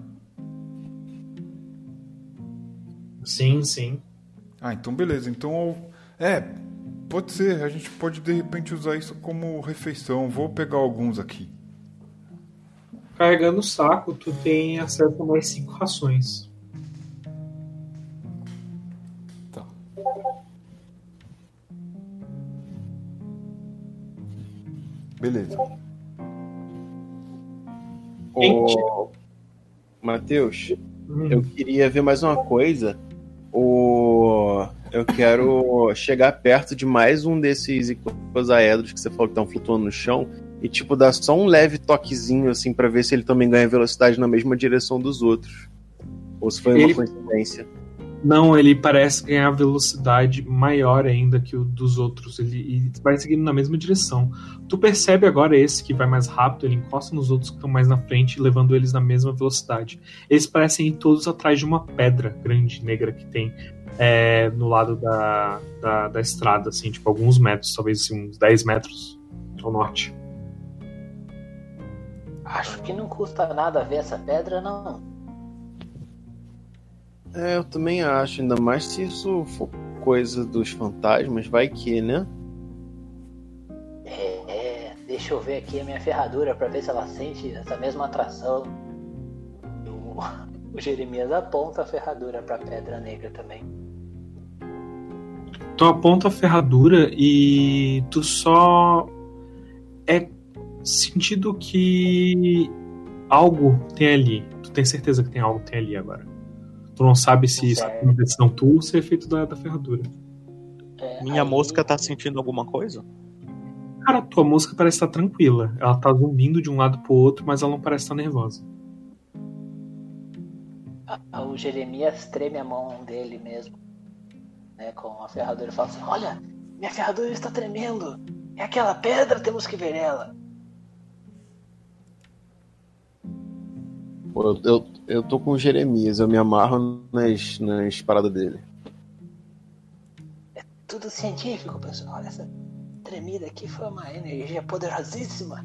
Sim, sim. Ah, então beleza. Então, é, pode ser. A gente pode, de repente, usar isso como refeição. Vou pegar alguns aqui. Carregando o saco, tu tem acesso a mais cinco rações. Tá. Beleza. Ô, Matheus, Hum. eu queria ver mais uma coisa. O... Eu quero chegar perto de mais um desses icosaedros que você falou que estão flutuando no chão e, tipo, dar só um leve toquezinho, assim, pra ver se ele também ganha velocidade na mesma direção dos outros. Ou se foi uma Ele- coincidência. Não, ele parece ganhar velocidade maior ainda que o dos outros. Ele, ele vai seguindo na mesma direção. Tu percebe agora esse que vai mais rápido, ele encosta nos outros que estão mais na frente, levando eles na mesma velocidade. Eles parecem ir todos atrás de uma pedra grande, negra, que tem é, no lado da, da, da estrada, assim, tipo, alguns metros, talvez assim, uns dez metros ao norte. Acho que não custa nada ver essa pedra, não. É, eu também acho, ainda mais se isso for coisa dos fantasmas, vai que, né? É, é, deixa eu ver aqui a minha ferradura pra ver se ela sente essa mesma atração. O, o Jeremias aponta a ferradura pra pedra negra também. Tu aponta a ferradura e tu só é sentido que algo tem ali. Tu tem certeza que tem algo que tem ali agora. Tu não sabe se isso é uma decisão tua ou se é efeito da, da ferradura. É, Minha aí- mosca tá sentindo alguma coisa? Cara, tua mosca parece estar tranquila. Ela tá zumbindo de um lado pro outro, mas ela não parece estar nervosa. a- O Jeremias treme a mão dele mesmo, né, com a ferradura e fala assim: olha, minha ferradura está tremendo. É aquela pedra, temos que ver ela. Pô, eu, eu, eu tô com o Jeremias, eu me amarro nas, nas paradas dele. Tudo científico, pessoal. Olha, essa tremida aqui foi uma energia poderosíssima.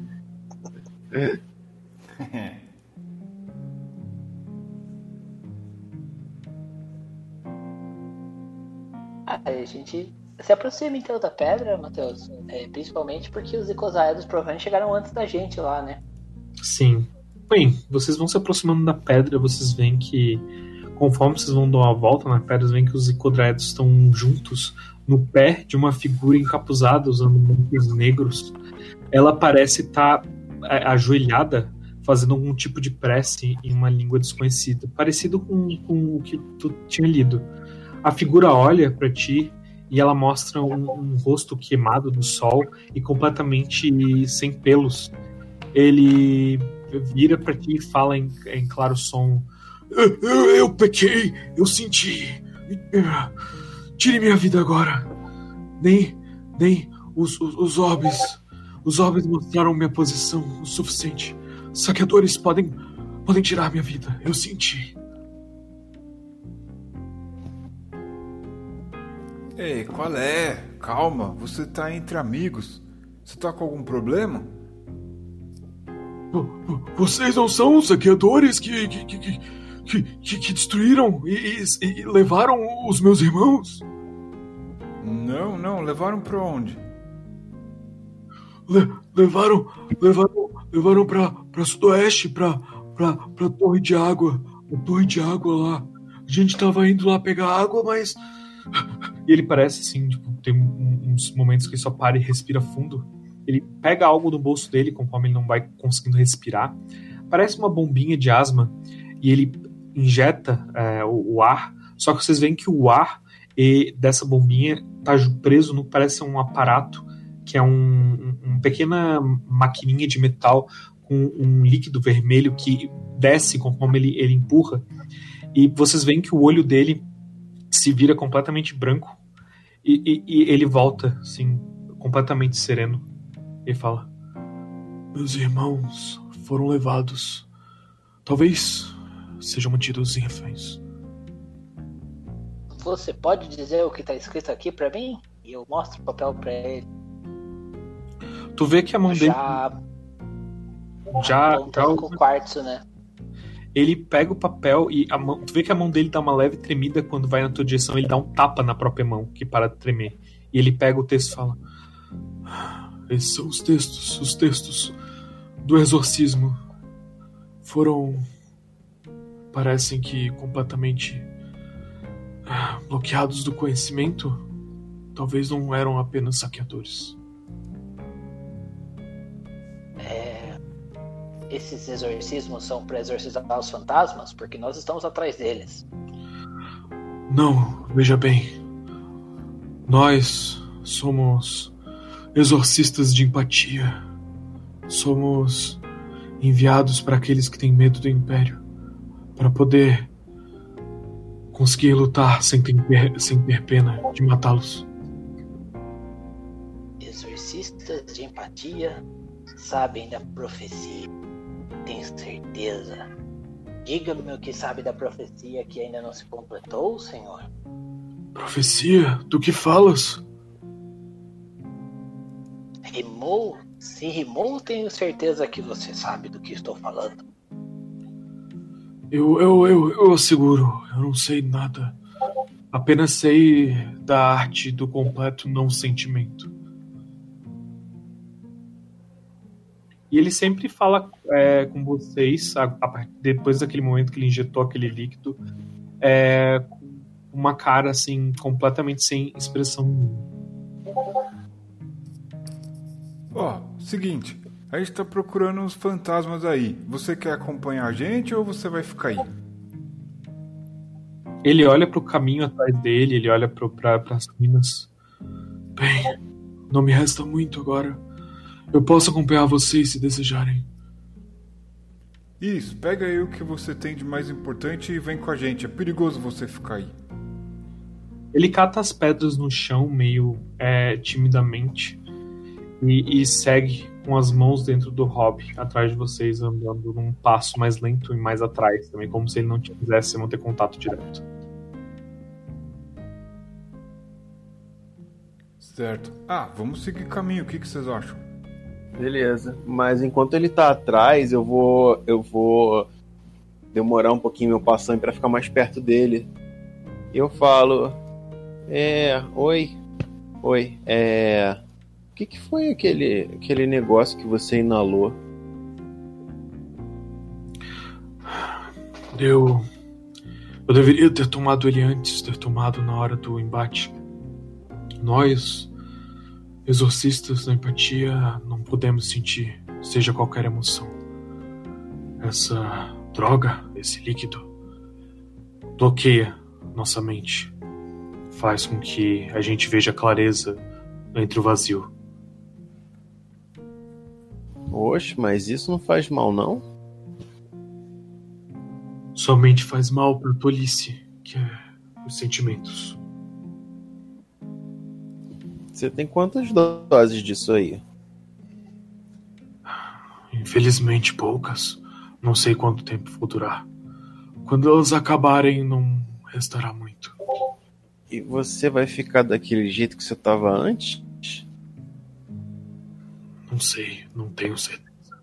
Aí a gente se aproxima então da pedra, Matheus. É, principalmente porque os icosaedros provavelmente chegaram antes da gente lá, né? Sim. Bem, vocês vão se aproximando da pedra, vocês veem que, conforme vocês vão dar uma volta na pedra, vocês veem que os icodraedos estão juntos no pé de uma figura encapuzada, usando mantos negros. Ela parece estar ajoelhada, fazendo algum tipo de prece em uma língua desconhecida, parecido com, com o que tu tinha lido. A figura olha para ti e ela mostra um, um rosto queimado do sol e completamente sem pelos. Ele vira para ti e fala em, em claro som: eu, eu, eu pequei, eu senti. Tire minha vida agora. Nem, nem os, os, os orbes, os orbes mostraram minha posição o suficiente. Saqueadores podem, podem tirar minha vida. Eu senti. Ei, qual é? Calma, você tá entre amigos. Você tá com algum problema? Vocês não são os saqueadores que que, que, que, que, que destruíram e, e, e levaram os meus irmãos? Não, não, levaram pra onde? Le, levaram, levaram, levaram pra, pra sudoeste, pra, pra, pra torre de água, a torre de água lá. A gente tava indo lá pegar água, mas... E ele parece assim, tipo, tem uns momentos que ele só para e respira fundo. Ele pega algo no bolso dele, conforme ele não vai conseguindo respirar. Parece uma bombinha de asma. E ele injeta é, o, o ar. Só que vocês veem que o ar e, dessa bombinha tá preso no... Parece um aparato, que é um, um, uma pequena maquininha de metal com um líquido vermelho que desce conforme ele, ele empurra. E vocês veem que o olho dele se vira completamente branco. E, e, e ele volta, assim, completamente sereno. Ele fala: meus irmãos foram levados. Talvez sejam mantidos em reféns. Você pode dizer o que tá escrito aqui pra mim? E eu mostro o papel pra ele. Tu vê que a mão dele Já. já, apontando já com o quartzo, né? ele pega o papel e a mão, tu vê que a mão dele dá uma leve tremida quando vai na tua direção, ele dá um tapa na própria mão, que para de tremer. E ele pega o texto e fala: esses são os textos, os textos do exorcismo. Foram, parecem que completamente ah, bloqueados do conhecimento. Talvez não eram apenas saqueadores. É, esses exorcismos são para exorcizar os fantasmas? Porque nós estamos atrás deles. Não, veja bem. Nós somos exorcistas de empatia. Somos enviados para aqueles que têm medo do Império, para poder conseguir lutar sem ter, sem ter pena de matá-los. Exorcistas de empatia sabem da profecia. Tenho certeza. Diga-me o que sabe da profecia que ainda não se completou, senhor. Profecia? Do que falas? Rimou? Se rimou, tenho certeza que você sabe do que estou falando. Eu, eu, eu, eu asseguro, eu não sei nada. Apenas sei da arte do completo não sentimento. E ele sempre fala é, com vocês, a, a, depois daquele momento que ele injetou aquele líquido, é, com uma cara assim, completamente sem expressão nenhuma. Ó, oh, seguinte, a gente tá procurando uns fantasmas aí. Você quer acompanhar a gente ou você vai ficar aí? Ele olha pro caminho atrás dele, ele olha pro, pra, pras minas. Bem, não me resta muito agora. Eu posso acompanhar vocês se desejarem. Isso, pega aí o que você tem de mais importante e vem com a gente. É perigoso você ficar aí. Ele cata as pedras no chão meio é, timidamente e, e segue com as mãos dentro do hobby, atrás de vocês, andando num passo mais lento e mais atrás também, como se ele não quisesse manter contato direto. Certo. Ah, vamos seguir caminho, o que, que vocês acham? Beleza, mas enquanto ele tá atrás, eu vou eu vou demorar um pouquinho meu passando para ficar mais perto dele. Eu falo: É, oi, oi, é, o que que foi aquele aquele negócio que você inalou? Eu eu deveria ter tomado ele antes, ter tomado na hora do embate. Nós, exorcistas da empatia, não podemos sentir, seja qualquer emoção. Essa droga, esse líquido, bloqueia nossa mente. Faz com que a gente veja clareza entre o vazio. Oxe, mas isso não faz mal, não? Somente faz mal para a tolice, que é os sentimentos. Você tem quantas doses disso aí? Infelizmente poucas. Não sei quanto tempo vou durar. Quando elas acabarem, não restará muito. E você vai ficar daquele jeito que você estava antes? Não sei, não tenho certeza.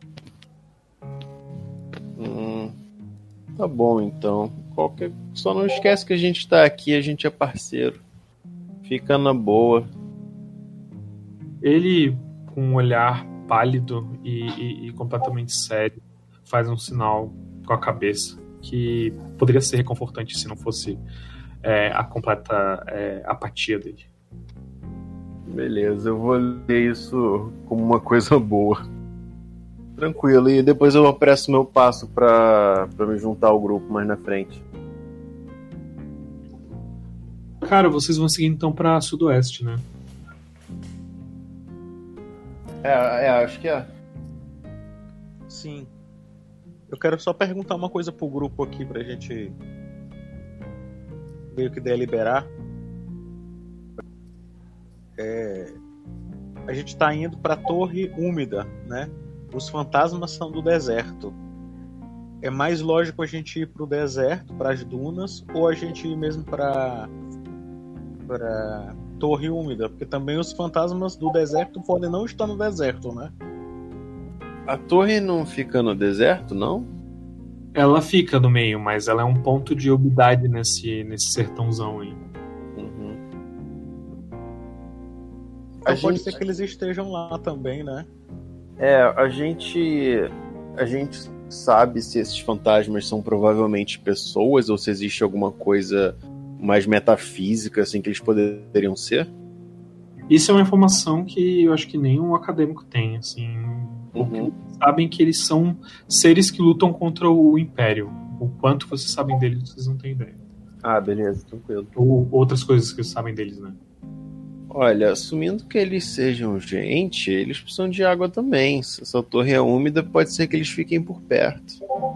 Hum, tá bom então. Qualquer... Só não esquece que a gente tá aqui, a gente é parceiro. Fica na boa. Ele, com um olhar pálido e, e, e completamente sério, faz um sinal com a cabeça que poderia ser reconfortante se não fosse é, a completa é, apatia dele. Beleza, eu vou ler isso como uma coisa boa. Tranquilo, e depois eu apresso meu passo pra, pra me juntar ao grupo mais na frente. Cara, vocês vão seguir então pra sudoeste, né? É, é, acho que é. Sim. Eu quero só perguntar uma coisa pro grupo aqui pra gente meio que deliberar. É... A gente tá indo pra Torre Úmida, né? Os fantasmas são do deserto. é mais lógico a gente ir pro deserto, pras dunas, ou a gente ir mesmo pra, pra Torre Úmida? Porque também os fantasmas do deserto podem não estar no deserto, né? A torre não fica no deserto, não? Ela fica no meio, mas ela é um ponto de umidade nesse, nesse sertãozão aí. Uhum. Então A pode gente- ser que eles estejam lá também, né? É, a gente. A gente sabe se esses fantasmas são provavelmente pessoas ou se existe alguma coisa mais metafísica, assim, que eles poderiam ser. Isso é uma informação que eu acho que nenhum acadêmico tem, assim. Uhum. Sabem que eles são seres que lutam contra o Império. O quanto vocês sabem deles, vocês não têm ideia. Ah, beleza, tranquilo. Ou outras coisas que vocês sabem deles, né? Olha, assumindo que eles sejam gente, eles precisam de água também. Se essa torre é úmida, pode ser que eles fiquem por perto.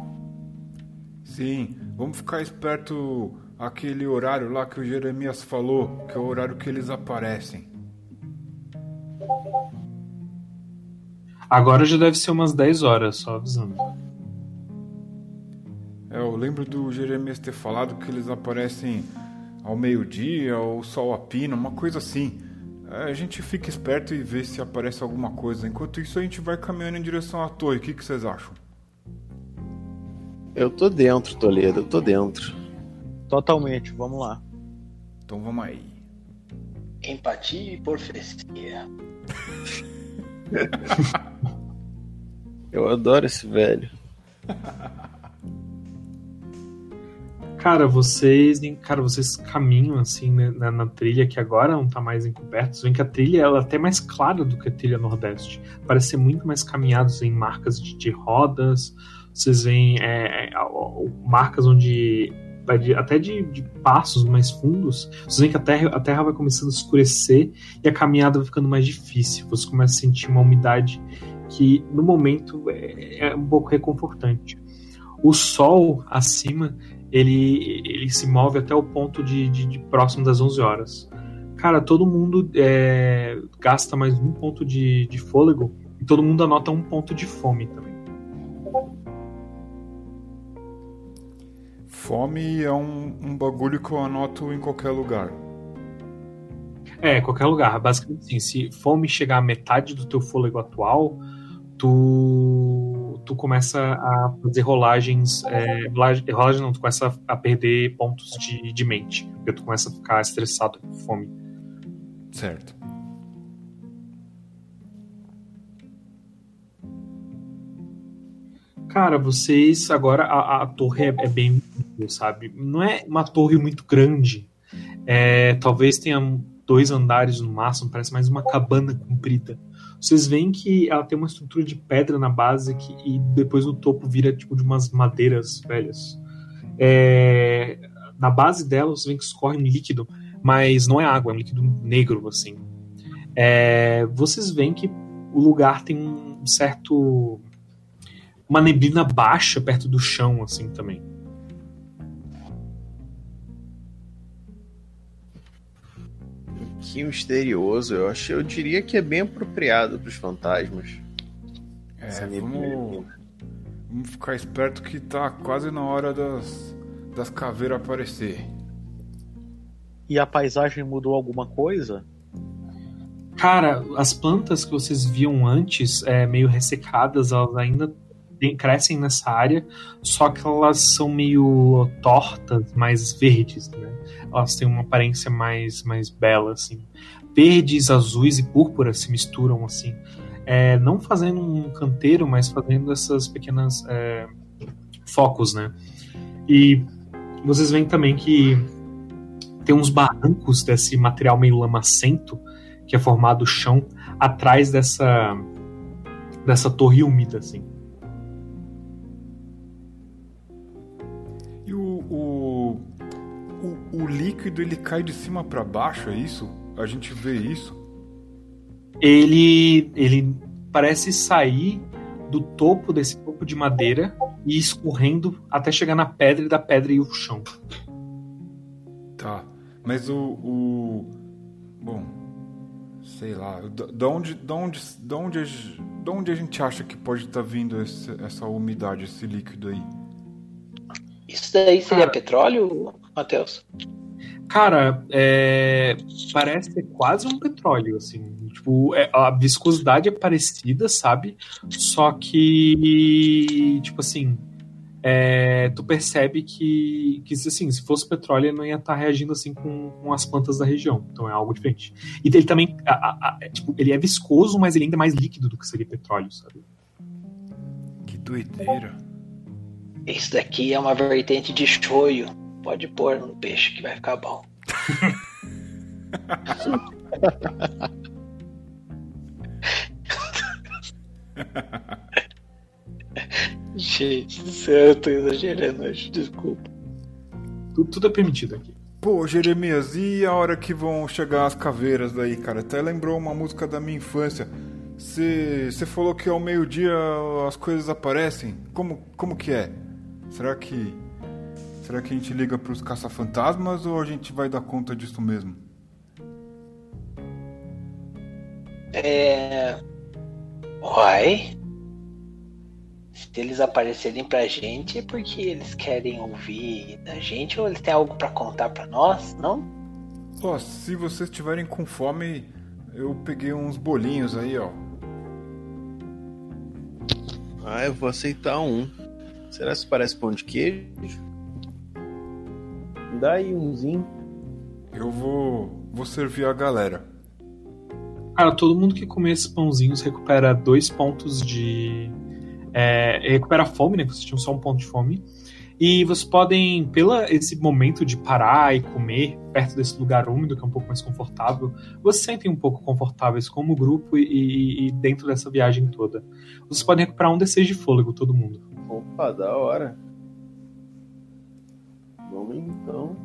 Sim, vamos ficar esperto aquele horário lá que o Jeremias falou, que é o horário que eles aparecem. Agora já deve ser umas dez horas, só avisando. É, eu lembro do Jeremias ter falado que eles aparecem ao meio-dia, ou sol a pino, uma coisa assim. É, a gente fica esperto e vê se aparece alguma coisa. Enquanto isso, a gente vai caminhando em direção à torre. O que, que vocês acham? Eu tô dentro, Toledo, eu tô dentro. Totalmente, vamos lá. Então vamos aí. Empatia e profecia. Eu adoro esse velho. Cara, vocês, cara, vocês caminham assim né, na, na trilha que agora não tá mais encoberta. Vocês veem que a trilha ela é até mais clara do que a trilha nordeste. Parece ser muito mais caminhados em marcas de, de rodas. Vocês veem é, é, marcas onde vai de, até de, de passos mais fundos. Vocês veem que a terra, a terra vai começando a escurecer e a caminhada vai ficando mais difícil. Você começa a sentir uma umidade que no momento é, é um pouco reconfortante. O sol acima Ele, ele se move até o ponto de, de, de próximo das onze horas. Cara, todo mundo é, gasta mais um ponto de, de fôlego e todo mundo anota um ponto de fome também. Fome é um, um bagulho que eu anoto em qualquer lugar. É, qualquer lugar. Basicamente assim, se fome chegar à metade do teu fôlego atual, tu, tu começa a fazer rolagens, é, rolagem, rolagem não, tu começa a, a perder pontos de, de mente, porque tu começa a ficar estressado com fome. Certo. Cara, vocês agora a, a torre é, é bem, sabe? Não é uma torre muito grande. É, talvez tenha dois andares no máximo, parece mais uma cabana comprida. Vocês veem que ela tem uma estrutura de pedra na base que, e depois no topo vira tipo de umas madeiras velhas. É, na base dela vocês veem que escorre um líquido, mas não é água, é um líquido negro assim. É, vocês veem que o lugar tem um certo uma neblina baixa perto do chão assim também. Que misterioso, eu acho. Eu diria que é bem apropriado para os fantasmas. É, Essa vamos, neblina. vamos ficar esperto que tá quase na hora das, das caveiras aparecer. E a paisagem mudou alguma coisa? Cara, as plantas que vocês viam antes, é, meio ressecadas, elas ainda tem- crescem nessa área, só que elas são meio tortas, mais verdes, né? Elas têm uma aparência mais, mais bela, assim. Verdes, azuis e púrpuras se misturam, assim. É, não fazendo um canteiro, mas fazendo essas pequenas é, focos, né? E vocês veem também que tem uns barrancos desse material meio lamacento que é formado o chão atrás dessa dessa torre úmida, assim. E o, o, o, o líquido ele cai de cima pra baixo, é isso? A gente vê isso? Ele ele parece sair do topo desse topo de madeira e ir escorrendo até chegar na pedra e da pedra e o chão. Tá. Mas o. o bom. Sei lá. Da da onde, da onde, da onde, a, ge- da onde a gente acha que pode estar vindo esse- essa umidade, esse líquido aí? Isso daí seria Cara. petróleo, Matheus? Cara, é, parece ser quase um petróleo, assim. Tipo, é- a viscosidade é parecida, sabe? Só que, tipo assim, é, tu percebe que, que, assim, se fosse petróleo, ele não ia estar reagindo assim com, com as plantas da região. Então é algo diferente. E ele também, a- a- a- é, tipo, ele é viscoso, mas ele ainda é mais líquido do que seria petróleo, sabe? Que doideira. Isso daqui é uma vertente de shoyu. Pode pôr no peixe que vai ficar bom. Gente do céu, eu tô exagerando hoje, desculpa. Tudo, tudo é permitido aqui. Pô, Jeremias, e a hora que vão chegar as caveiras daí, cara? Até lembrou uma música da minha infância. Você falou que ao meio-dia as coisas aparecem. Como, como que é? Será que será que a gente liga pros caça-fantasmas ou a gente vai dar conta disso mesmo? É. Uai. Se eles aparecerem pra gente é porque eles querem ouvir da gente ou eles têm algo pra contar pra nós, não? Ó, se vocês estiverem com fome, eu peguei uns bolinhos aí, ó. Ah, eu vou aceitar um. Será que parece pão de queijo? Dá aí umzinho. Eu vou vou servir a galera. Cara, todo mundo que comer esses pãozinhos recupera dois pontos de. É, recupera a fome, né? Vocês tinham só um ponto de fome. E vocês podem, pela esse momento de parar e comer perto desse lugar úmido, que é um pouco mais confortável, vocês se sentem um pouco confortáveis como grupo e, e- e dentro dessa viagem toda. Vocês podem recuperar um D seis de fôlego, todo mundo. Opa, da hora. Vamos então.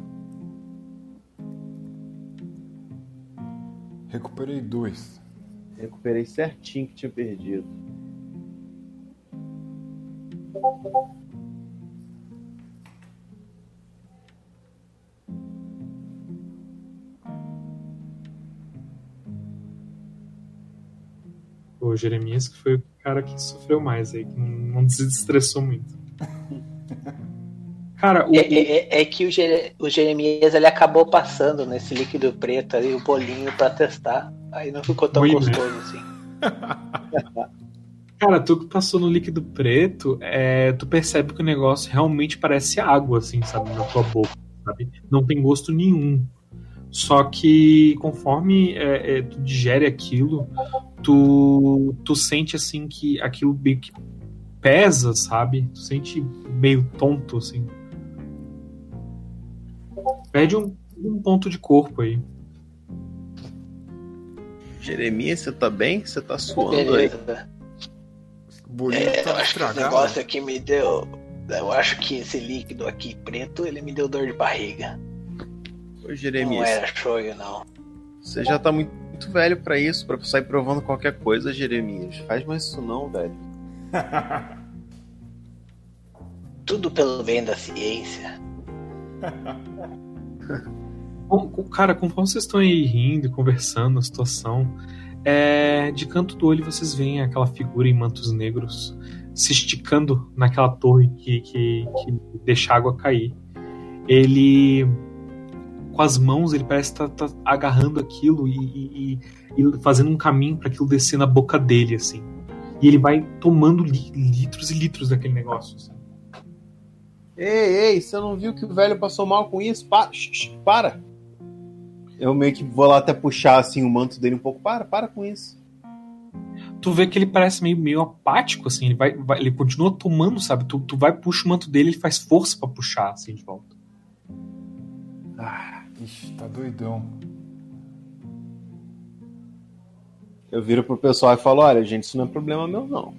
Recuperei dois. Recuperei certinho que tinha perdido. O Jeremias, que foi o cara que sofreu mais aí, que não, não se estressou muito. Cara, o, É, é- é que o, Jere- o Jeremias ele acabou passando nesse líquido preto ali, o bolinho pra testar. Aí não ficou tão Oi, né? gostoso assim. Cara, tu que passou no líquido preto, é, tu percebe que o negócio realmente parece água, assim, sabe, na tua boca, sabe? Não tem gosto nenhum. Só que conforme é, é, tu digere aquilo, tu, tu sente, assim, que aquilo meio que pesa, sabe? Tu sente meio tonto, assim. Perde um, um ponto de corpo aí. Jeremias, você tá bem? Você tá suando aí? Beleza. O bolinho É, eu tá acho que esse estragado. negócio aqui me deu. Eu acho que esse líquido aqui preto, ele me deu dor de barriga. Ô, Não Jeremias, era shoyu, não. você já tá muito, muito velho pra isso, pra sair provando qualquer coisa, Jeremias. Faz mais isso não, velho. Tudo pelo bem da ciência. Com- com- Cara, conforme vocês estão aí rindo e conversando a situação, é, de canto do olho vocês veem aquela figura em mantos negros se esticando naquela torre que, que, que deixa a água cair. Ele, com as mãos, ele parece estar tá, tá agarrando aquilo e, e- e- e fazendo um caminho para aquilo descer na boca dele, assim. E ele vai tomando li- litros e litros daquele negócio, assim. Ei, ei, você não viu que o velho passou mal com isso? Para, para. Eu meio que vou lá até puxar assim o manto dele um pouco. Para, para com isso. Tu vê que ele parece meio, meio apático, assim, ele, vai, vai- ele continua tomando, sabe? Tu, tu vai, puxa o manto dele, ele faz força pra puxar, assim, de volta. Ah, Ixi, tá doidão. eu viro pro pessoal e falo, olha, gente, isso não é problema meu, não.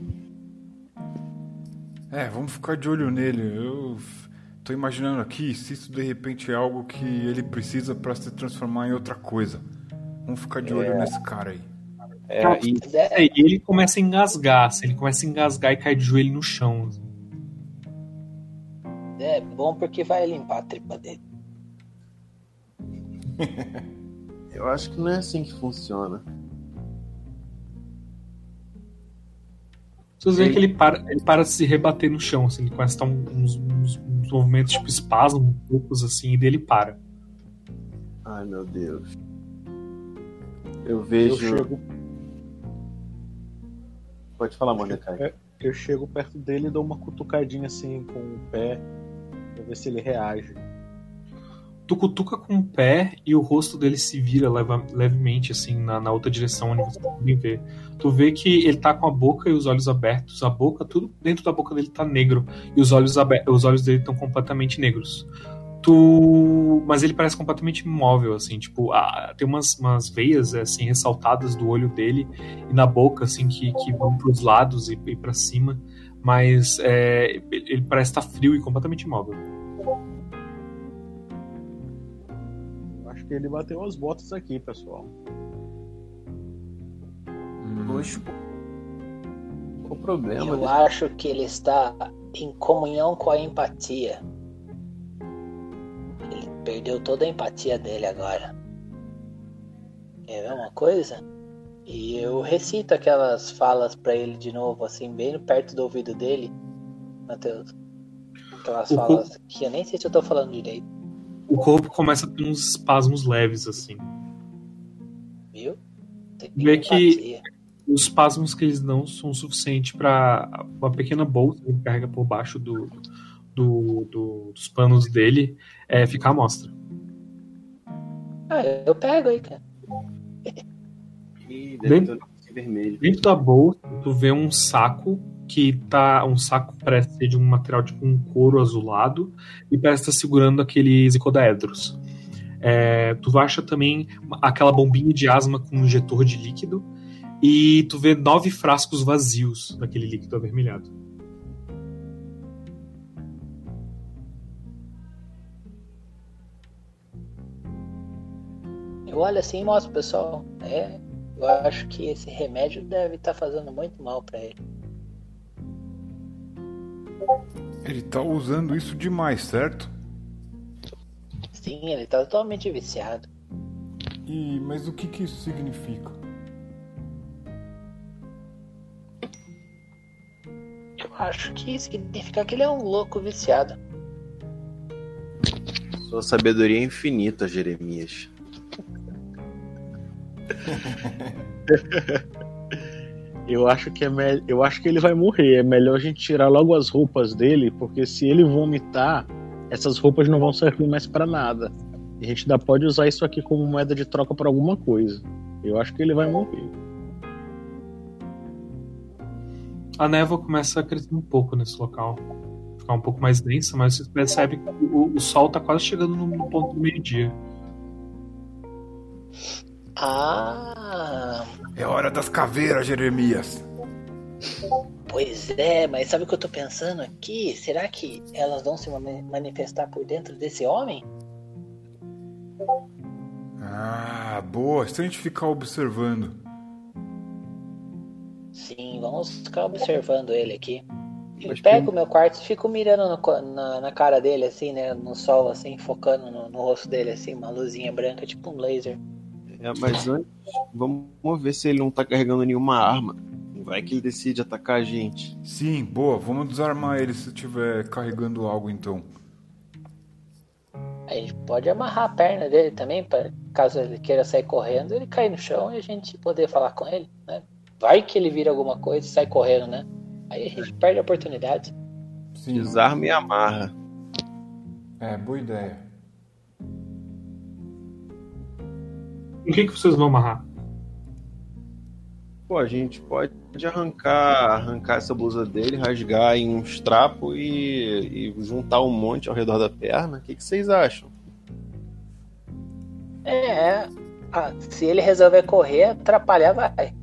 É, vamos ficar de olho nele. Eu f- tô imaginando aqui se isso de repente é algo que ele precisa pra se transformar em outra coisa. Vamos ficar de olho nesse cara aí. É, Cara, e É, e ele começa a engasgar, assim, ele começa a engasgar e cai de joelho no chão. Assim. É bom porque vai limpar a tripa dele. eu acho que não é assim que funciona. Vocês veem Sim. que ele para, ele para de se rebater no chão, assim, ele começa a dar uns, uns- uns movimentos tipo espasmos, poucos assim, e dele para. Ai, meu Deus. Eu vejo... Eu chego, Pode falar, Mordecai. eu chego perto dele e dou uma cutucadinha assim com o pé pra ver se ele reage. Tu cutuca com o pé e o rosto dele se vira leva, levemente assim na, na outra direção onde você pode ver. Tu vê que ele tá com a boca e os olhos abertos. A boca, tudo dentro da boca dele tá negro. E os olhos, aber- os olhos dele estão completamente negros. Tu... Mas ele parece completamente imóvel, assim, tipo, ah, tem umas, umas veias assim ressaltadas do olho dele e na boca, assim, que, que vão pros lados e, e pra cima. Mas é, ele parece estar frio e completamente imóvel. Acho que ele bateu as botas aqui, pessoal. Poxa, qual o problema? Eu desse- acho que ele está em comunhão com a empatia. Ele perdeu toda a empatia dele agora. Quer ver uma coisa? E eu recito aquelas falas pra ele de novo, assim, bem perto do ouvido dele, Matheus. Aquelas O falas que eu nem sei se eu tô falando direito, O corpo começa a ter uns espasmos leves, assim. viu? Tem Vê que- empatia. Os espasmos que eles dão são suficientes para uma pequena bolsa que ele carrega por baixo do, do, do- dos panos dele é, ficar à mostra. Ah, eu pego aí, cara. Ih, deve Dentro- ter um vermelho. Dentro da bolsa, tu vê um saco que tá. Um saco parece ser de um material tipo um couro azulado e parece estar segurando aqueles icodaedros. É, tu acha também aquela bombinha de asma com um injetor de líquido e tu vê nove frascos vazios daquele líquido avermelhado. Eu olho assim e mostro, pessoal. É, eu acho que esse remédio deve estar fazendo muito mal pra ele. Ele tá usando isso demais, certo? Sim, ele tá totalmente viciado. E mas o que que isso significa? Eu acho que significa que ele é um louco viciado. Sua sabedoria é infinita, Jeremias. Eu acho que é me... eu acho que ele vai morrer. É melhor a gente tirar logo as roupas dele, porque se ele vomitar, essas roupas não vão servir mais pra nada. A gente ainda pode usar isso aqui como moeda de troca pra alguma coisa. Eu acho que ele vai morrer. A névoa começa a crescer um pouco nesse local. Ficar um pouco mais densa, mas você percebe que o, o sol tá quase chegando no, no ponto do meio-dia. Ah, É hora das caveiras, Jeremias. pois é, mas sabe o que eu tô pensando aqui? Será que elas vão se mani- manifestar por dentro desse homem? Ah, boa. Se a gente ficar observando. Sim, vamos ficar observando ele aqui. Eu Mas pego tem- o meu quarto e fico mirando no co- na, na cara dele, assim, né? No sol, assim, focando no, no rosto dele, assim, uma luzinha branca, tipo um laser. É, mas antes, vamos ver se ele não tá carregando nenhuma arma. Vai que ele decide atacar a gente. Sim, boa. Vamos desarmar ele se estiver carregando algo, então. A gente pode amarrar a perna dele também, pra, caso ele queira sair correndo, ele cair no chão e a gente poder falar com ele, né? Vai que ele vira alguma coisa e sai correndo, né? Aí a gente perde a oportunidade. Sim. Desarma e amarra. É, boa ideia. O que, que vocês vão amarrar? Pô, a gente pode arrancar, arrancar essa blusa dele, rasgar em uns trapos e, e juntar um monte ao redor da perna. O que, que vocês acham? É, ah, se ele resolver correr, atrapalhar, vai.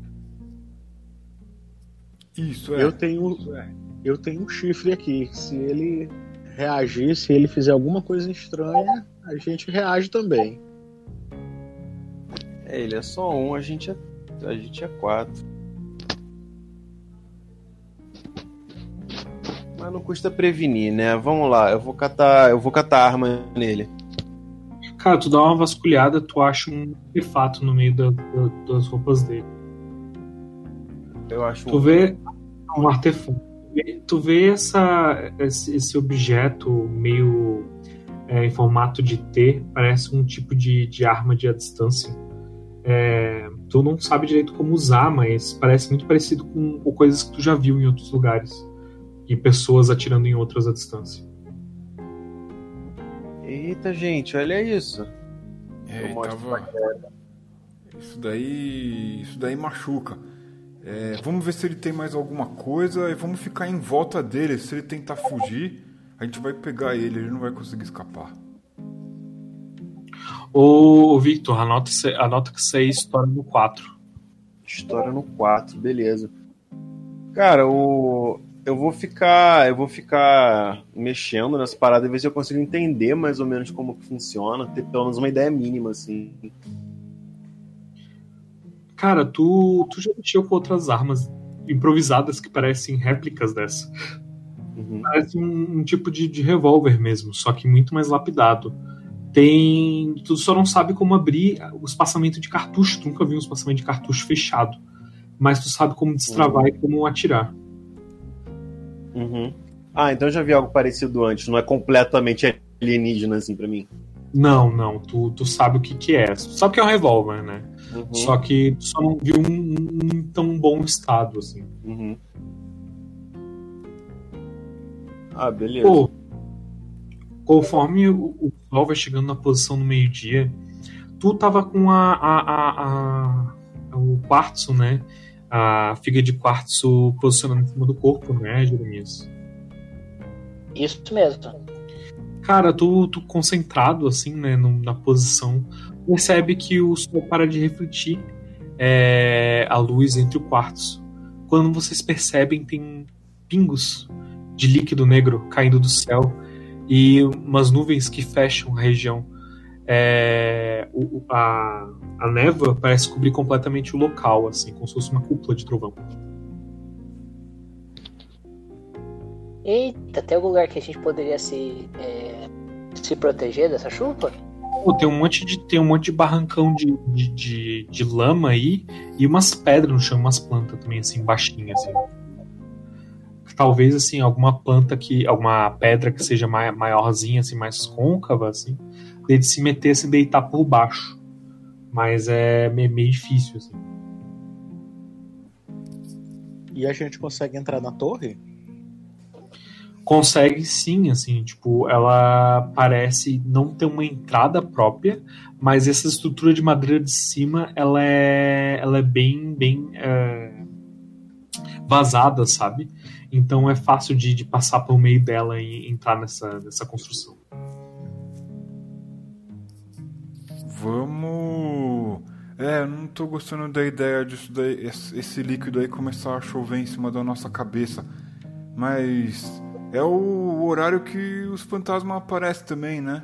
Isso, é. Eu tenho, eu tenho um chifre aqui. Se ele reagir, se ele fizer alguma coisa estranha, a gente reage também. É, ele é só um, a gente é, a gente é quatro. Mas não custa prevenir, né? Vamos lá, eu vou catar, eu vou catar arma nele. Cara, tu dá uma vasculhada, tu acha um artefato no meio da- da- das roupas dele. Eu acho Tu um... vê um artefato. vê, tu vê essa, esse, esse objeto meio é, em formato de T, parece um tipo de, de arma de a distância. É, tu não sabe direito como usar, mas parece muito parecido com, com coisas que tu já viu em outros lugares. E pessoas atirando em outras à distância. Eita, gente, olha isso. É, Eu mostro tava... Isso daí. Isso daí machuca. É, vamos ver se ele tem mais alguma coisa e vamos ficar em volta dele. Se ele tentar fugir, a gente vai pegar ele, ele não vai conseguir escapar. Ô, ô Victor, anota, anota que isso aí estoura no quatro. Estoura no quatro, beleza. Cara, o... eu vou ficar. Eu vou ficar mexendo nessa parada e ver se eu consigo entender mais ou menos como que funciona, ter pelo menos uma ideia mínima, assim. Cara, tu, tu já mexeu com outras armas improvisadas que parecem réplicas dessa. Uhum. Parece um, um tipo de, de revólver mesmo, só que muito mais lapidado. Tem. Tu só não sabe como abrir o espaçamento de cartucho. Tu nunca viu um espaçamento de cartucho fechado. Mas tu sabe como destravar Uhum. e como atirar. Uhum. Ah, então eu já vi algo parecido antes. Não é completamente alienígena, assim, pra mim. Não, não. Tu, tu sabe o que, que é. Tu sabe que é um revólver, né? Uhum. Só que tu só não viu um, um, um tão bom estado, assim. Uhum. Ah, beleza. Pô, conforme o, o sol vai chegando na posição no meio-dia, tu tava com a, a, a, a o quartzo, né? A figa de quartzo posicionando em cima do corpo, né, Jeremias? Isso mesmo. Cara, tu, tu concentrado, assim, né, no- na posição, percebe que o sol para de refletir é, a luz entre o quartzo. Quando vocês percebem, tem pingos de líquido negro caindo do céu e umas nuvens que fecham a região. É, o- o- a, a névoa parece cobrir completamente o local, assim, como se fosse uma cúpula de trovão. Eita, tem algum lugar que a gente poderia se, é, se proteger dessa chuva? Pô, tem um monte de tem um monte de barrancão de, de, de, de lama aí e umas pedras no chão, umas plantas também assim baixinhas assim. Talvez assim alguma planta que alguma pedra que seja mai, maiorzinha assim, mais côncava assim, de se meter se deitar por baixo. Mas é meio, meio difícil assim. E a gente consegue entrar na torre? Consegue sim, assim, tipo, ela parece não ter uma entrada própria, mas essa estrutura de madeira de cima, ela é, ela é bem, bem é, vazada, sabe? Então é fácil de, de passar por meio dela e entrar nessa, nessa construção. Vamos. É, eu não tô gostando da ideia disso daí, esse, esse líquido aí começar a chover em cima da nossa cabeça. Mas é o horário que os fantasmas aparecem também, né?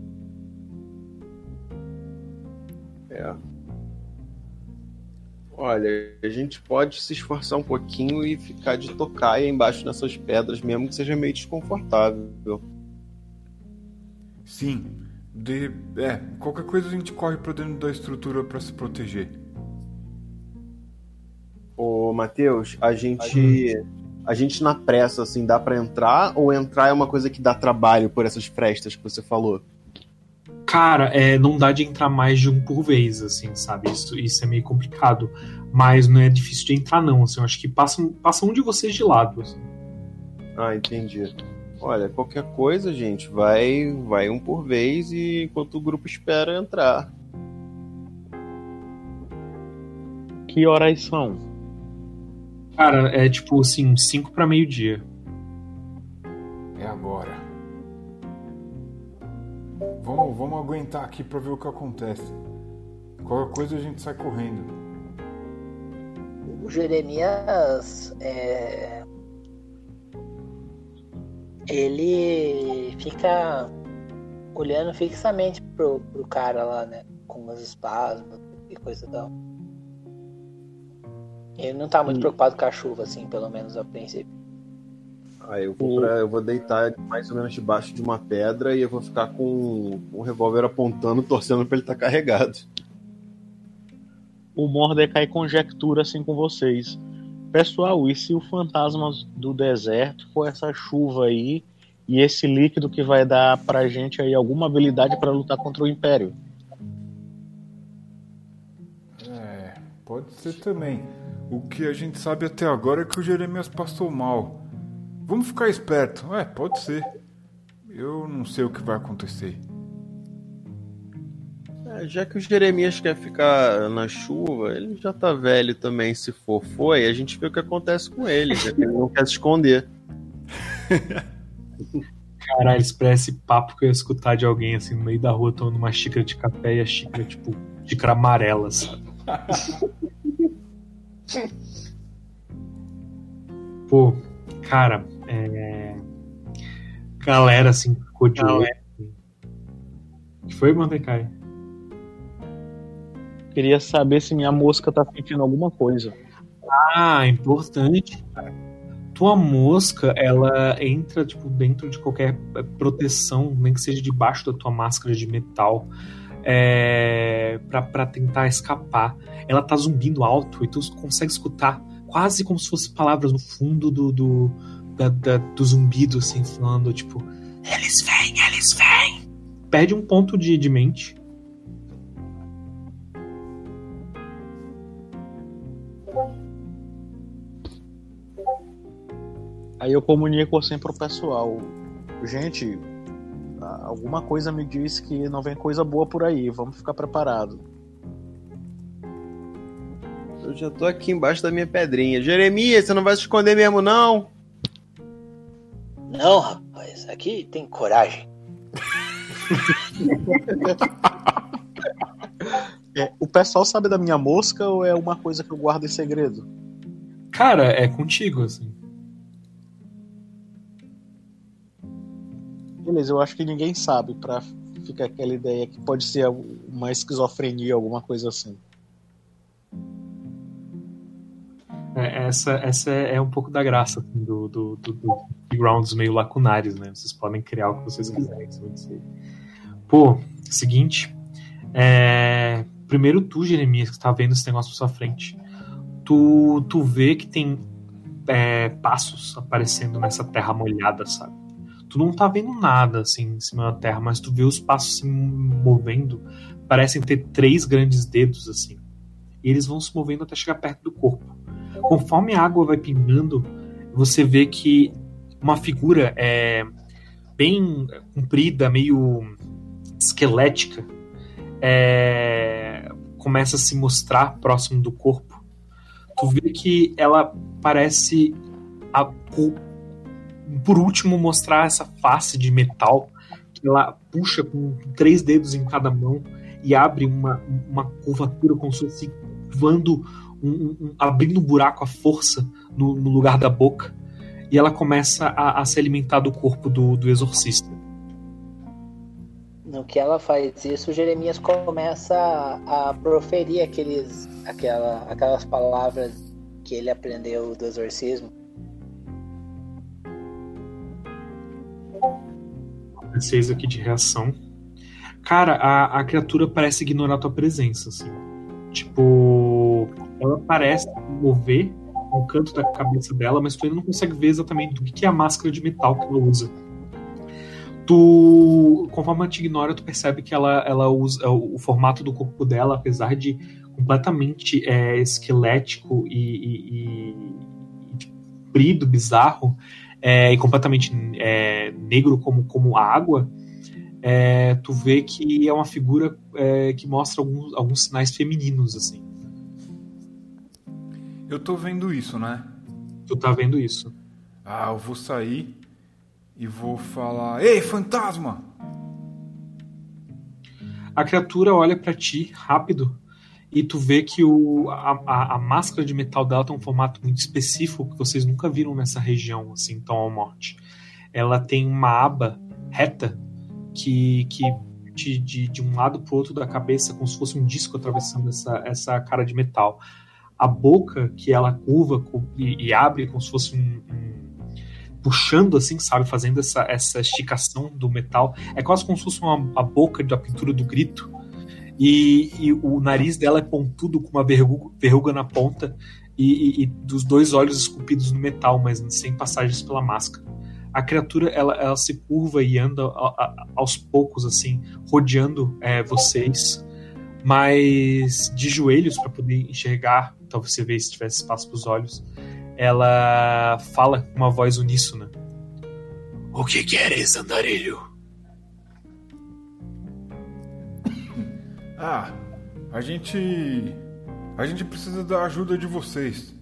É. Olha, a gente pode se esforçar um pouquinho e ficar de tocaia embaixo nessas pedras, mesmo que seja meio desconfortável. Sim. De, é, qualquer coisa a gente corre pra dentro da estrutura pra se proteger. Ô, Matheus, a gente. A gente na pressa, assim, dá pra entrar? Ou entrar é uma coisa que dá trabalho por essas frestas que você falou? Cara, é, não dá de entrar mais de um por vez, assim, sabe? Isso, isso é meio complicado. Mas não é difícil de entrar, não. Assim, eu acho que passa, passa um de vocês de lado. Assim. Ah, entendi. Olha, qualquer coisa, gente, vai, vai um por vez e enquanto o grupo espera entrar. Que horas são? Cara, é tipo assim, cinco para meio-dia. É agora. Vamos, vamos aguentar aqui pra ver o que acontece. Qualquer coisa a gente sai correndo. O Jeremias é, ele fica olhando fixamente pro, pro cara lá, né? Com umas espasmos e coisa e tal. Ele não tá muito Hum. preocupado com a chuva, assim, pelo menos a princípio. Ah, eu vou, pra, eu vou deitar mais ou menos debaixo de uma pedra e eu vou ficar com um revólver apontando, torcendo pra ele estar carregado. O Mordecai conjectura assim com vocês. Pessoal, e se o fantasma do deserto for essa chuva aí e esse líquido que vai dar pra gente aí alguma habilidade para lutar contra o Império? É, pode ser também. O que a gente sabe até agora é que o Jeremias passou mal. Vamos ficar esperto. É, pode ser. Eu não sei o que vai acontecer. É, já que o Jeremias quer ficar na chuva, ele já tá velho também, se for foi, a gente vê o que acontece com ele, já que ele não quer se esconder. Caralho, isso parece papo que eu ia escutar de alguém assim no meio da rua tomando uma xícara de café e a xícara, tipo, xícara amarela, sabe? Pô, cara, é... galera assim ficou de olho. O que foi, Mordecai? Queria saber se minha mosca tá sentindo alguma coisa. Ah, importante, cara. Tua mosca, ela entra tipo dentro de qualquer proteção, nem que seja debaixo da tua máscara de metal, é... pra, pra tentar escapar. Ela tá zumbindo alto e tu consegue escutar quase como se fossem palavras no fundo do, do, da, da, do zumbido, assim, falando tipo: eles vêm, eles vêm. Perde um ponto de, de mente. Aí eu comunico assim pro pessoal: gente, alguma coisa me diz que não vem coisa boa por aí, vamos ficar preparado. Eu já tô aqui embaixo da minha pedrinha. Jeremias, você não vai se esconder mesmo, não? Não, rapaz, aqui tem coragem. É, o pessoal sabe da minha mosca ou é uma coisa que eu guardo em segredo? Cara, é contigo, assim. Beleza, eu acho que ninguém sabe, pra ficar aquela ideia que pode ser uma esquizofrenia, alguma coisa assim. É, essa, essa é um pouco da graça assim, do, do, do, do backgrounds meio lacunares, né? Vocês podem criar o que vocês quiserem. Pô, seguinte. É... Primeiro tu, Jeremias, que tá vendo esse negócio na sua frente. Tu, tu vê que tem é, passos aparecendo nessa terra molhada, sabe? Tu não tá vendo nada assim em cima da terra, mas tu vê os passos se movendo. Parecem ter três grandes dedos assim. E eles vão se movendo até chegar perto do corpo. Conforme a água vai pingando, você vê que uma figura é, bem comprida, meio esquelética, é, começa a se mostrar próximo do corpo. Tu vê que ela parece, a, por último, mostrar essa face de metal, que ela puxa com três dedos em cada mão e abre uma, uma curvatura como se fosse voando, um, um, abrindo um buraco à força no, no lugar da boca, e ela começa a, a se alimentar do corpo do, do exorcista. No que ela faz isso, o Jeremias começa a, a proferir aqueles, aquela, aquelas palavras que ele aprendeu do exorcismo. Seis aqui de reação. Cara, a, a criatura parece ignorar a tua presença, assim. Tipo, ela parece mover um canto da cabeça dela, mas tu ainda não consegue ver exatamente do que é a máscara de metal que ela usa. Tu, conforme ela te ignora, tu percebe que ela, ela usa o, o formato do corpo dela, apesar de completamente é, esquelético e, e, e comprido, bizarro, é, e completamente é, negro como, como água. É, tu vê que é uma figura é, que mostra alguns, alguns sinais femininos, assim. Eu tô vendo isso, né? Tu tá vendo isso. Ah, eu vou sair e vou falar: ei, fantasma! A criatura olha pra ti rápido e tu vê que o, a, a, a máscara de metal dela tem um formato muito específico que vocês nunca viram nessa região, assim, tão à morte. Ela tem uma aba reta que, que de, de, de um lado pro outro da cabeça, como se fosse um disco atravessando essa, essa cara de metal. A boca que ela curva e, e abre como se fosse um, um puxando assim, sabe, fazendo essa, essa esticação do metal, é quase como se fosse uma, a boca da pintura do grito. E, e o nariz dela é pontudo com uma verruga, verruga na ponta e, e, e dos dois olhos esculpidos no metal, mas sem passagens pela máscara. A criatura ela, ela se curva e anda a, a, aos poucos, assim, rodeando é, vocês, mas de joelhos para poder enxergar. Então você vê se tivesse espaço para os olhos. Ela fala com uma voz uníssona: "O que queres, andarilho?" Ah, a gente... A gente precisa da ajuda de vocês.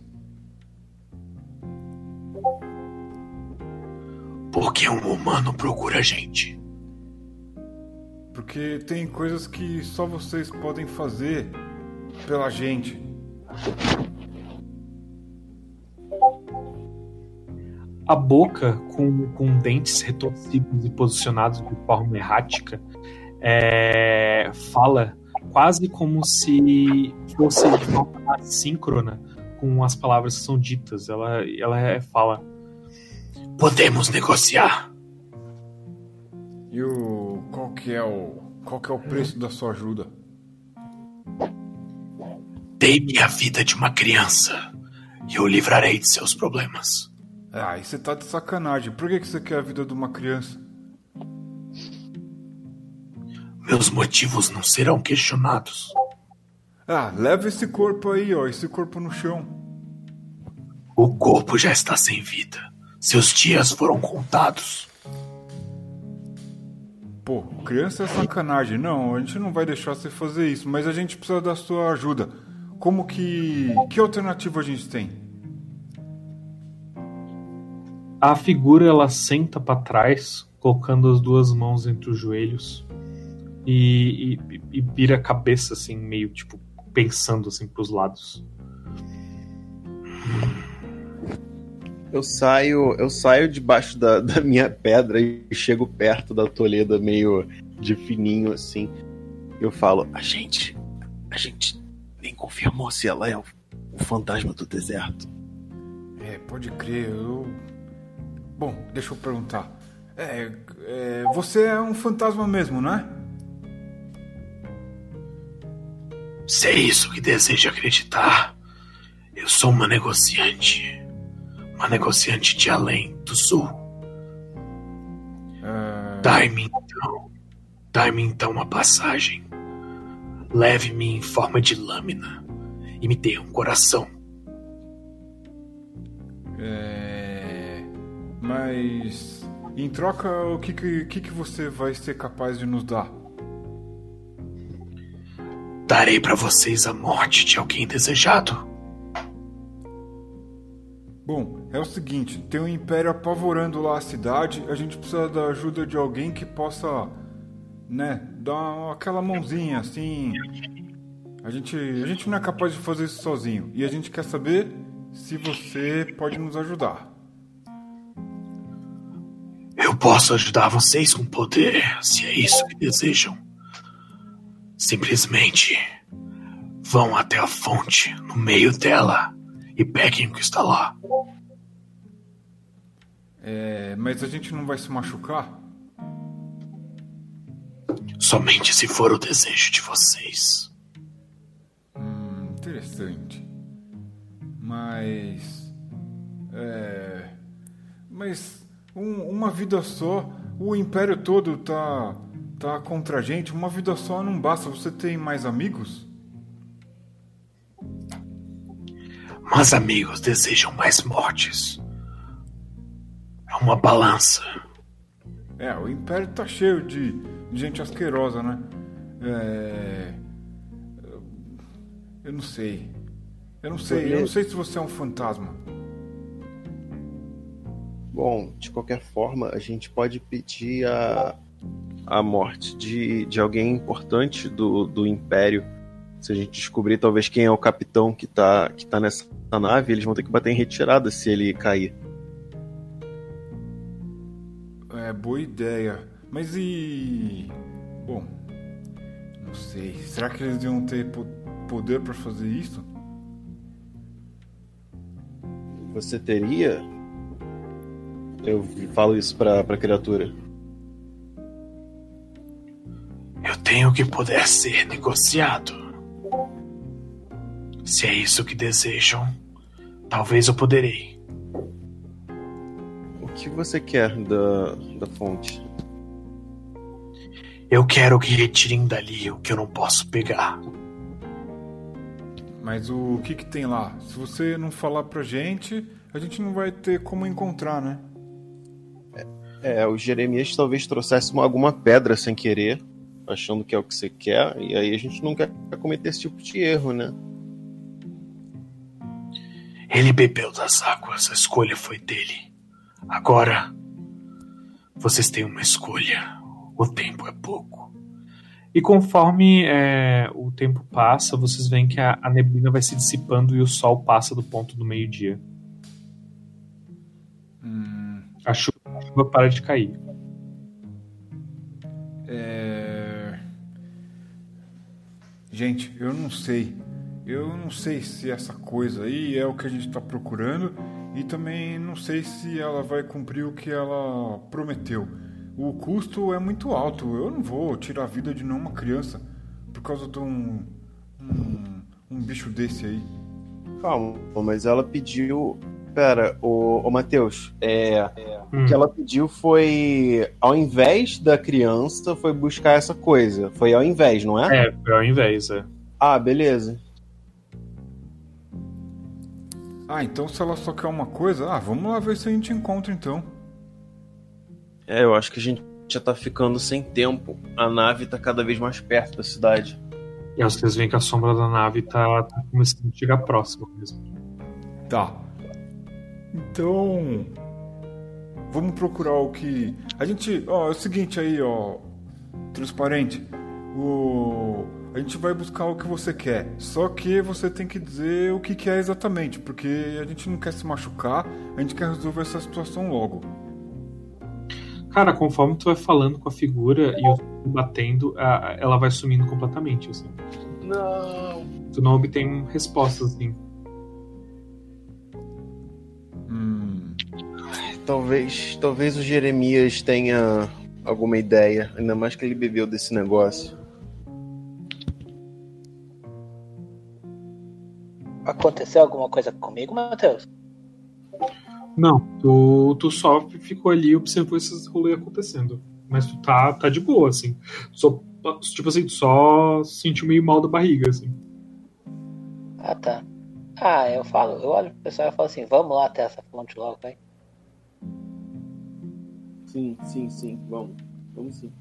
Por que um humano procura a gente? Porque tem coisas que só vocês podem fazer pela gente. A boca, com, com dentes retorcidos e posicionados de forma errática, é, fala quase como se fosse de forma assíncrona com as palavras que são ditas. Ela, ela fala: "Podemos negociar." E o... Qual que é o... Qual que é o preço da sua ajuda? "Dê-me a vida de uma criança e eu livrarei de seus problemas." Ah, e você tá de sacanagem. Por que que você quer a vida de uma criança? Meus motivos não serão questionados. Ah, leva esse corpo aí, ó. Esse corpo no chão. O corpo já está sem vida. Seus dias foram contados. Pô, criança é sacanagem. Não, a gente não vai deixar você fazer isso, mas a gente precisa da sua ajuda. Como que... Que alternativa a gente tem? A figura, ela senta para trás, colocando as duas mãos entre os joelhos e, e, e vira a cabeça, assim, meio, tipo, pensando, assim, pros lados. Eu saio, eu saio debaixo da, da minha pedra e chego perto da Toleda, meio de fininho, assim. Eu falo: a gente, a gente nem confirmou se ela é o, o fantasma do deserto. É, pode crer, eu... Bom, deixa eu perguntar. É, é, você é um fantasma mesmo, né? Se é isso que deseja acreditar, eu sou uma negociante. Uma negociante de além do sul. É... Dai-me então. Dai-me então uma passagem. Leve-me em forma de lâmina e me dê um coração. É... Mas... Em troca, o que, que, que você vai ser capaz de nos dar? Darei para vocês a morte de alguém desejado. Bom, é o seguinte, tem um império apavorando lá a cidade, a gente precisa da ajuda de alguém que possa, né, dar aquela mãozinha, assim... A gente, a gente não é capaz de fazer isso sozinho, e a gente quer saber se você pode nos ajudar. Eu posso ajudar vocês com poder, se é isso que desejam. Simplesmente vão até a fonte, no meio dela, e peguem o que está lá. É, mas a gente não vai se machucar? Somente se for o desejo de vocês. Hum, interessante. Mas... É... Mas... Um, uma vida só, o império todo tá, tá contra a gente. Uma vida só não basta. Você tem mais amigos? Mas amigos desejam mais mortes. É uma balança. É, o império tá cheio de, de gente asquerosa, né? É... Eu não sei. Eu não sei. Eu não sei se você é um fantasma. Bom, de qualquer forma, a gente pode pedir a, a morte de, de alguém importante do, do Império. Se a gente descobrir, talvez, quem é o capitão que tá, que tá nessa nave, eles vão ter que bater em retirada se ele cair. É, boa ideia. Mas e... Bom, não sei. Será que eles iam ter po- poder pra fazer isso? Você teria... Eu falo isso pra, pra criatura. Eu tenho que puder ser negociado. Se é isso que desejam, talvez eu poderei. O que você quer da, da fonte? Eu quero que retirem dali o que eu não posso pegar. Mas o que que tem lá? Se você não falar pra gente, a gente não vai ter como encontrar, né? É, o Jeremias talvez trouxesse uma- alguma pedra sem querer, achando que é o que você quer, e aí a gente não quer cometer esse tipo de erro, né? Ele bebeu das águas, a escolha foi dele. Agora, vocês têm uma escolha. O tempo é pouco. E conforme é, o tempo passa, vocês veem que a, a neblina vai se dissipando e o sol passa do ponto do meio-dia. Hum, A chuva, a chuva para de cair. é... Gente, eu não sei. Eu não sei se essa coisa aí é o que a gente tá procurando e também não sei se ela vai cumprir o que ela prometeu. O custo é muito alto. Eu não vou tirar a vida de nenhuma criança por causa de um, um, um bicho desse aí. Calma, mas ela pediu. Pera, ô, ô Matheus, é, Hum. o que ela pediu foi, ao invés da criança, foi buscar essa coisa. Foi ao invés, não é? É, ao invés, é. Ah, beleza. Ah, então se ela só quer uma coisa, ah, vamos lá ver se a gente encontra então. É, eu acho que a gente já tá ficando sem tempo. A nave tá cada vez mais perto da cidade. E aí vocês veem que a sombra da nave tá, tá começando a chegar próxima mesmo. Tá. Então, vamos procurar o que... A gente, ó, é o seguinte aí, ó, transparente. O... A gente vai buscar o que você quer. Só que você tem que dizer o que que é exatamente, porque a gente não quer se machucar, a gente quer resolver essa situação logo. Cara, conforme tu vai falando com a figura e o som batendo, a- ela vai sumindo completamente, assim. Não. Tu não obtém respostas, assim. Hum, Talvez, talvez o Jeremias tenha alguma ideia, ainda mais que ele bebeu desse negócio. Aconteceu alguma coisa comigo, Matheus? Não, tu, tu só ficou ali e observou esses rolês acontecendo. Mas tu tá, tá de boa, assim. Só, tipo assim, tu só sentiu meio mal da barriga, assim. Ah, tá. Ah, eu falo, eu olho pro pessoal e falo assim, vamos lá até essa fonte logo, vai. Sim, sim, sim, vamos. Vamos sim.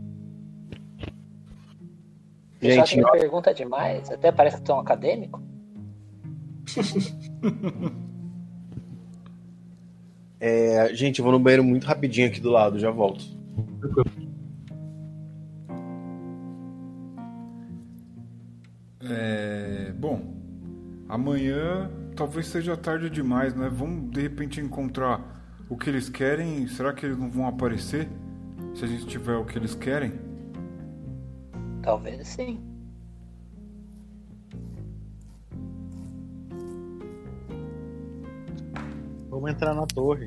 O pessoal Gente, que me pergunta demais, até parece que tu é um acadêmico. é, gente, eu vou no banheiro muito rapidinho aqui do lado, já volto. é... Bom, amanhã talvez seja tarde demais, né? Vamos de repente encontrar o que eles querem. Será que eles não vão aparecer se a gente tiver o que eles querem? Talvez sim. Vamos entrar na torre.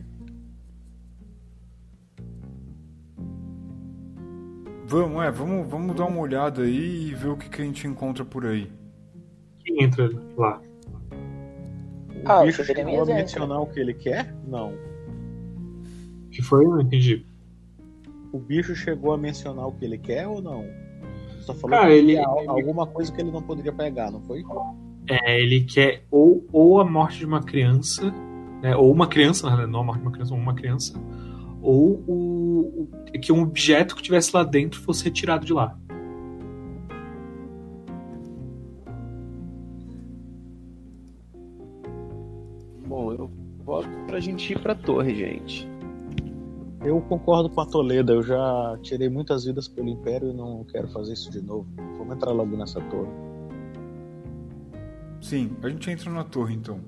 Vamos, é, vamos, vamos dar uma olhada aí e ver o que, que a gente encontra por aí. Quem entra lá? O Ah, o bicho chegou a Jeremias entra. mencionar o que ele quer? Não. O que foi? Eu não entendi. O bicho chegou a mencionar o que ele quer ou não? Só falou Cara, que ele- ele... ele- alguma coisa que ele não poderia pegar, não foi? É, ele quer ou, ou a morte de uma criança, né, ou uma criança, na realidade, não a morte de uma criança, ou uma criança, ou o, o- que um objeto que tivesse lá dentro fosse retirado de lá. Bom, eu voto pra gente ir pra torre, gente. Eu concordo com a Toledo, eu já tirei muitas vidas pelo Império e não quero fazer isso de novo. Vamos entrar logo nessa torre. Sim, a gente entra na torre então.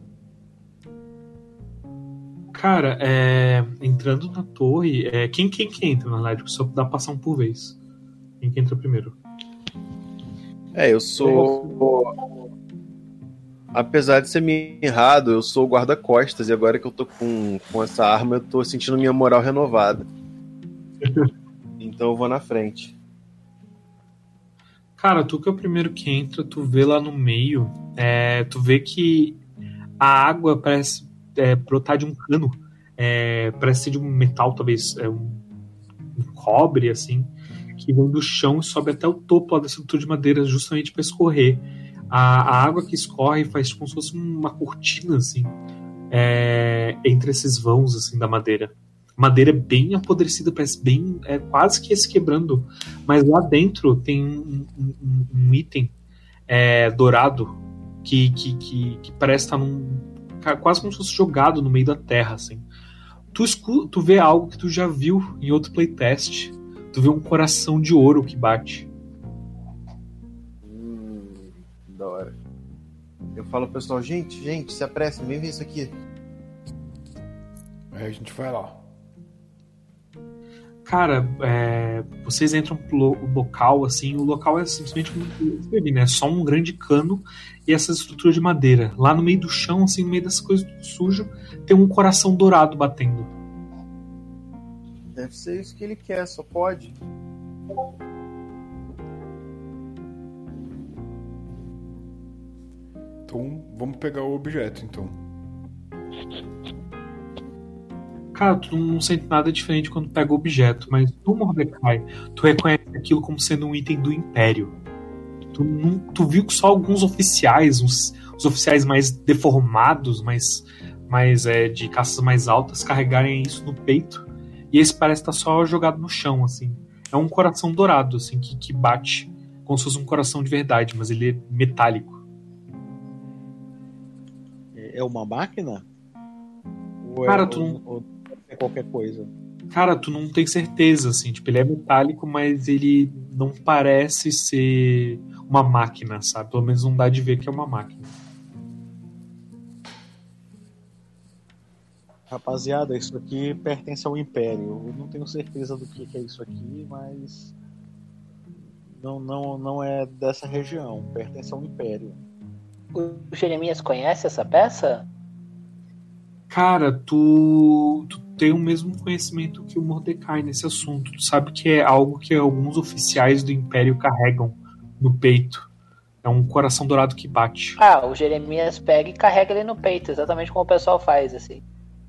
Cara, é, entrando na torre, é, quem, quem que entra, na verdade? Porque só dá pra passar um por vez. Quem que entra primeiro? É, eu sou. Apesar de ser mirrado, eu sou o guarda-costas e agora que eu tô com, com essa arma, eu tô sentindo minha moral renovada. Então eu vou na frente. Cara, tu que é o primeiro que entra, tu vê lá no meio, é, tu vê que a água parece é, brotar de um cano, é, parece ser de um metal, talvez é um, um cobre, assim, que vem do chão e sobe até o topo lá dessa estrutura de madeira, justamente para escorrer. A, a água que escorre faz como se fosse uma cortina, assim, é, entre esses vãos, assim, da madeira. Madeira bem apodrecida, parece bem, é, quase que se quebrando, mas lá dentro tem um, um, um, um item é, dourado que, que, que, que parece estar num, quase como se fosse jogado no meio da terra, assim. Tu, escu, tu vê algo que tu já viu em outro playtest. Tu vê um coração de ouro que bate. Hum, da hora. Eu falo pro pessoal, gente, gente, se apressem, vem ver isso aqui. Aí a gente vai lá. Cara, é, vocês entram pro local, assim, o local é simplesmente né, só um grande cano e essa estrutura de madeira. Lá no meio do chão, assim, no meio dessas coisas tudo sujo, tem um coração dourado batendo. Deve ser isso que ele quer, só pode. Então, vamos pegar o objeto, então. Cara, tu não sente nada diferente quando pega o objeto, mas tu, Mordecai, tu reconhece aquilo como sendo um item do Império. Tu, não, tu viu que só alguns oficiais, uns, os oficiais mais deformados, mais, mais é, de caças mais altas, carregarem isso no peito. E esse parece estar só jogado no chão, assim. É um coração dourado, assim, que, que bate como se fosse um coração de verdade, mas ele é metálico. É uma máquina? Ou Cara, é, tu ou, não... ou é qualquer coisa? Cara, tu não tem certeza, assim, tipo, ele é metálico, mas ele não parece ser uma máquina, sabe? Pelo menos não dá de ver que é uma máquina. Rapaziada, isso aqui pertence ao Império. Eu não tenho certeza do que é isso aqui, mas não, não, não é dessa região. Pertence ao Império. O Jeremias conhece essa peça? Cara, tu, tu tem o mesmo conhecimento que o Mordecai nesse assunto. Tu sabe que é algo que alguns oficiais do Império carregam no peito. É um coração dourado que bate. Ah, o Jeremias pega e carrega ele no peito, exatamente como o pessoal faz, assim.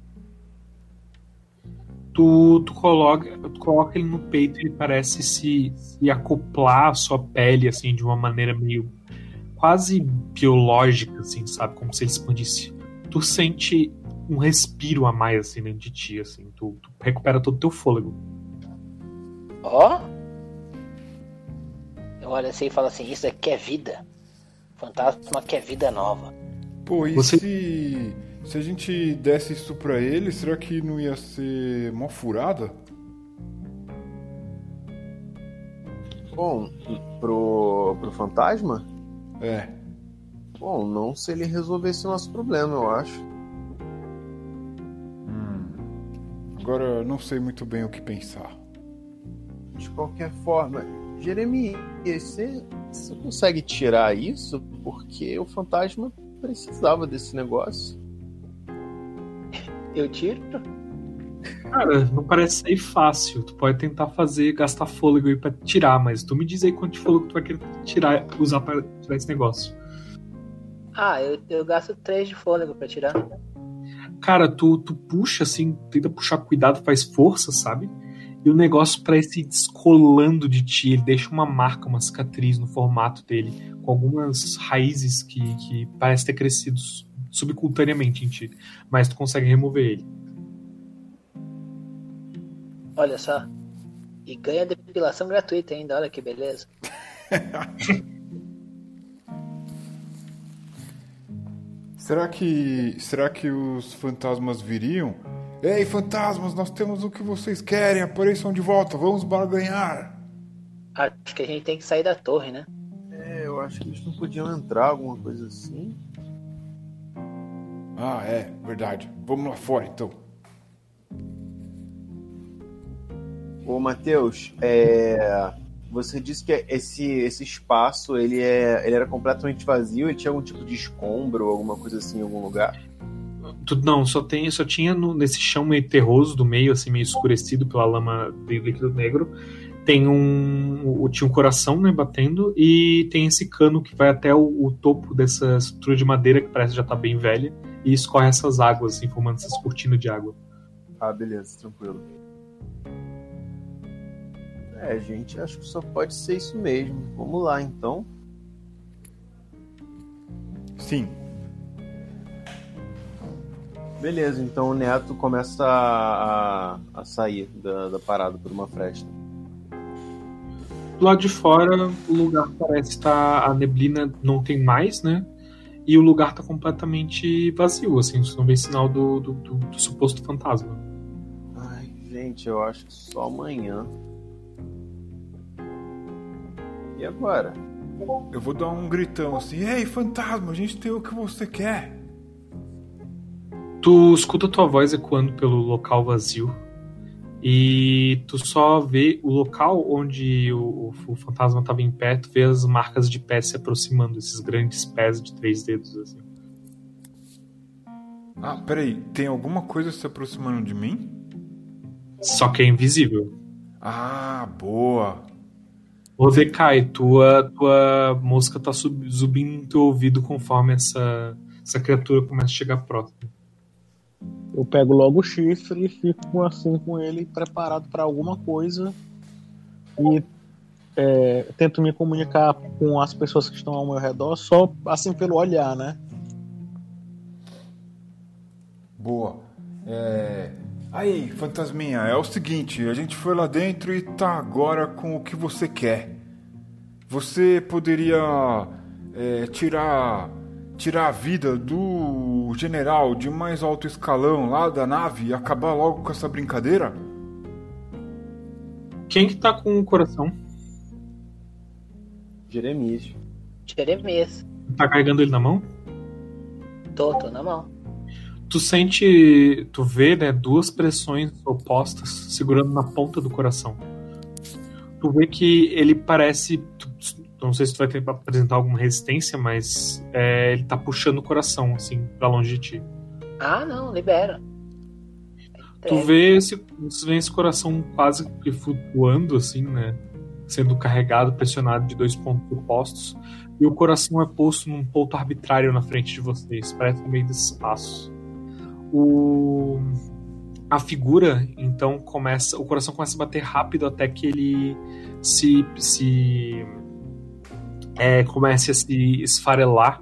Tu, tu, coloca, tu coloca ele no peito e ele parece se, se acoplar à sua pele, assim, de uma maneira meio quase biológica, assim, sabe? Como se ele expandisse. Tu sente um respiro a mais, assim, dentro de ti, assim. Tu, tu recupera todo o teu fôlego. Ó! Eu olho assim e falo assim, isso aqui é vida. Fantasma quer vida nova. Pô, e Você- se... se a gente desse isso pra ele, será que não ia ser mó furada? Bom, pro, pro fantasma? É. Bom, não se ele resolvesse o nosso problema, eu acho. Hum. Agora não sei muito bem o que pensar. De qualquer forma, Jeremias, você, você consegue tirar isso? Porque o fantasma precisava desse negócio. Eu tiro? Cara, não parece ser fácil. Tu pode tentar fazer, gastar fôlego aí pra tirar, mas tu me diz aí quanto de fôlego tu vai querer tirar, usar pra tirar esse negócio. Ah, eu, eu gasto três de fôlego pra tirar. Cara, tu, tu puxa assim, tenta puxar com cuidado, faz força, sabe? E o negócio parece ir descolando de ti. Ele deixa uma marca, uma cicatriz no formato dele, com algumas raízes que, que parecem ter crescido subcutaneamente em ti. Mas tu consegue remover ele. Olha só. E ganha depilação gratuita ainda, olha que beleza. Será que. Será que os fantasmas viriam? Ei, fantasmas, nós temos o que vocês querem, apareçam de volta, vamos barganhar. Acho que a gente tem que sair da torre, né? É, eu acho que eles não podiam entrar, alguma coisa assim. Ah, é, verdade. Vamos lá fora então. Ô, Matheus, é... você disse que esse, esse espaço ele, é... ele era completamente vazio, ele tinha algum tipo de escombro ou alguma coisa assim em algum lugar? Tu, não, só, tem, só tinha no, nesse chão meio terroso do meio, assim, meio escurecido pela lama de líquido negro. tem um, o- tinha um coração, né, batendo, e tem esse cano que vai até o, o topo dessa estrutura de madeira que parece já tá bem velha, e escorre essas águas, assim, formando essas cortinas de água. Ah, beleza, tranquilo. É, gente, acho que só pode ser isso mesmo. Vamos lá, então. Sim. Beleza, então o Neto começa a, a, a sair da, da parada por uma fresta. Do lado de fora, o lugar parece estar... A neblina não tem mais, né? E o lugar tá completamente vazio, assim. Você não vê sinal do, do, do- do suposto fantasma. Ai, gente, eu acho que só amanhã. E agora? Eu vou dar um gritão assim: Ei, fantasma, a gente tem o que você quer. Tu escuta tua voz ecoando pelo local vazio. E tu só vê o local onde o, o, o fantasma estava em pé, tu vê as marcas de pés se aproximando, esses grandes pés de três dedos, assim. Ah, peraí, tem alguma coisa se aproximando de mim? Só que é invisível. Ah, boa. Mordecai, tua, tua mosca tá sub, subindo no teu ouvido conforme essa, essa criatura começa a chegar próximo. Eu pego logo o chifre e fico assim com ele, preparado para alguma coisa. E é, tento me comunicar com as pessoas que estão ao meu redor, só assim pelo olhar, né? Boa. É... Aí, fantasminha, é o seguinte, a gente foi lá dentro e tá agora com o que você quer. Você poderia é, tirar, tirar a vida do general de mais alto escalão lá da nave e acabar logo com essa brincadeira? Quem que tá com o coração? Jeremias. Jeremias. Tá carregando ele na mão? Tô, tô na mão. Tu sente, tu vê, né, duas pressões opostas segurando na ponta do coração. Tu vê que ele parece, tu, não sei se tu vai ter pra apresentar alguma resistência, mas é, ele tá puxando o coração, assim, pra longe de ti. Ah, não, libera. Tu vê esse, tu vê esse coração quase que flutuando, assim, né, sendo carregado, pressionado de dois pontos opostos, e o coração é posto num ponto arbitrário na frente de vocês, parece no meio desse espaço. O... A figura, então, começa. O coração começa a bater rápido até que ele se. se é, comece a se esfarelar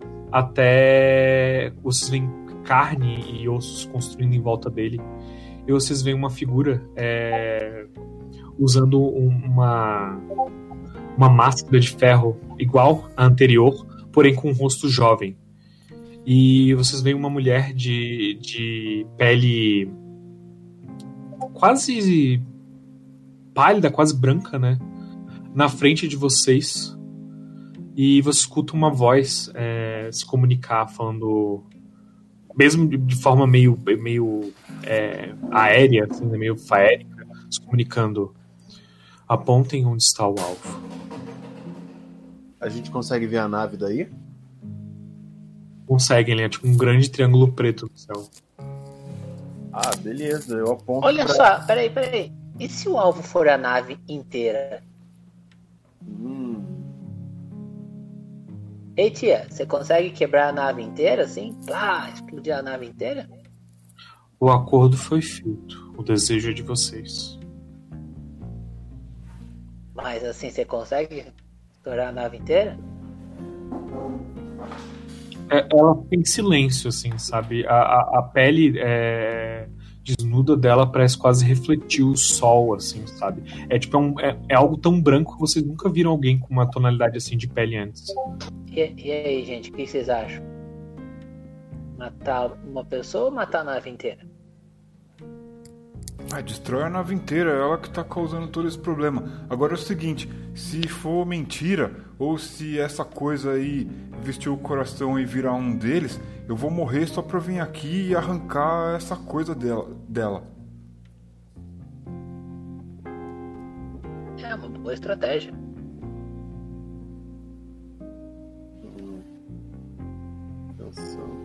até vocês veem carne e ossos construindo em volta dele. E vocês veem uma figura é, usando um- uma, uma máscara de ferro igual à anterior, porém com um rosto jovem. E vocês veem uma mulher de, de pele quase pálida, quase branca, né? Na frente de vocês. E você escuta uma voz é, se comunicar, falando, mesmo de, de forma meio, meio é, aérea, assim, né? Meio faérica, se comunicando: apontem onde está o alvo. A gente consegue ver a nave daí? Conseguem, né? Tipo um grande triângulo preto no céu. Ah, beleza, eu aponto. Olha pra... só, peraí, peraí. E se o alvo for a nave inteira? Hum, Ei, tia, você consegue quebrar a nave inteira, assim? Plá, explodir a nave inteira? O acordo foi feito. O desejo é de vocês. Mas assim, você consegue estourar a nave inteira? É, ela tem silêncio, assim, sabe? A, a, a pele é, desnuda dela parece quase refletir o sol, assim, sabe? É tipo, é, um- é- é algo tão branco que vocês nunca viram alguém com uma tonalidade assim de pele antes. E, e aí, gente, o que vocês acham? Matar uma pessoa ou matar a nave inteira? Ah, destrói a nave inteira, é ela que tá causando todo esse problema. Agora é o seguinte, se for mentira, ou se essa coisa aí vestir o coração e virar um deles, eu vou morrer só pra vir aqui e arrancar essa coisa dela. dela. É uma boa estratégia. pensando.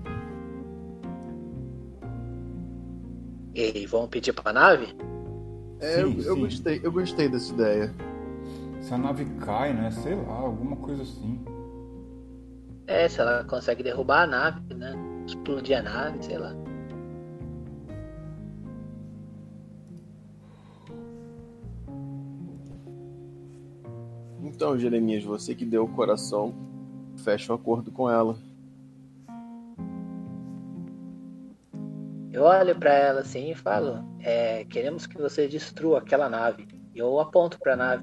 E aí, vamos pedir pra nave? É, eu, Sim, eu sim. gostei, eu gostei dessa ideia. Se a nave cai, né? Sei lá, alguma coisa assim. É, se ela consegue derrubar a nave, né? Explodir a nave, sei lá. Então, Jeremias, você que deu o coração, fecha o acordo com ela. Eu olho pra ela assim e falo, é, queremos que você destrua aquela nave. E eu aponto pra nave.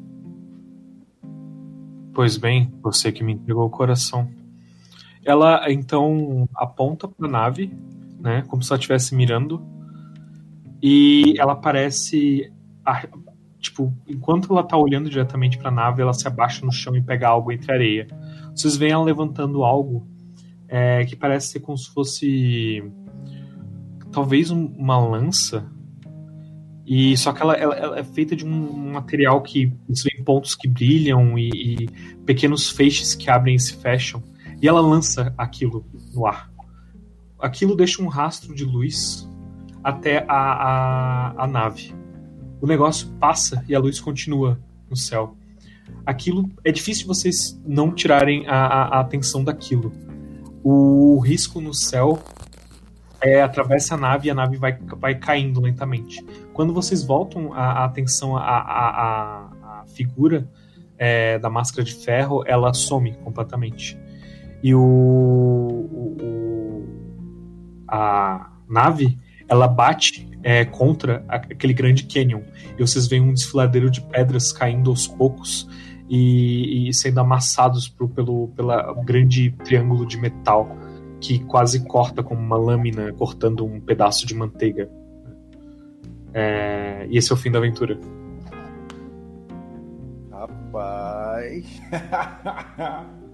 Pois bem, você que me entregou o coração. Ela então aponta para a nave, né, como se ela estivesse mirando, e ela parece, tipo, enquanto ela tá olhando diretamente para a nave, ela se abaixa no chão e pega algo entre a areia. Vocês veem ela levantando algo é, que parece ser como se fosse talvez um, uma lança. E só que ela, ela, ela é feita de um material que você vê pontos que brilham e, e pequenos feixes que abrem e se fecham. E ela lança aquilo no ar. Aquilo deixa um rastro de luz até a, a, a nave. O negócio passa e a luz continua no céu. Aquilo é difícil vocês não tirarem a, a, a atenção daquilo. O risco no céu é, atravessa a nave e a nave vai, vai caindo lentamente. Quando vocês voltam a, a atenção à a, a, a figura é, da máscara de ferro, ela some completamente. E o, o, o a nave, ela bate é, contra aquele grande canyon. E vocês veem um desfiladeiro de pedras caindo aos poucos e, e sendo amassados pro, pelo pela grande triângulo de metal que quase corta como uma lâmina cortando um pedaço de manteiga. É, e esse é o fim da aventura. Rapaz.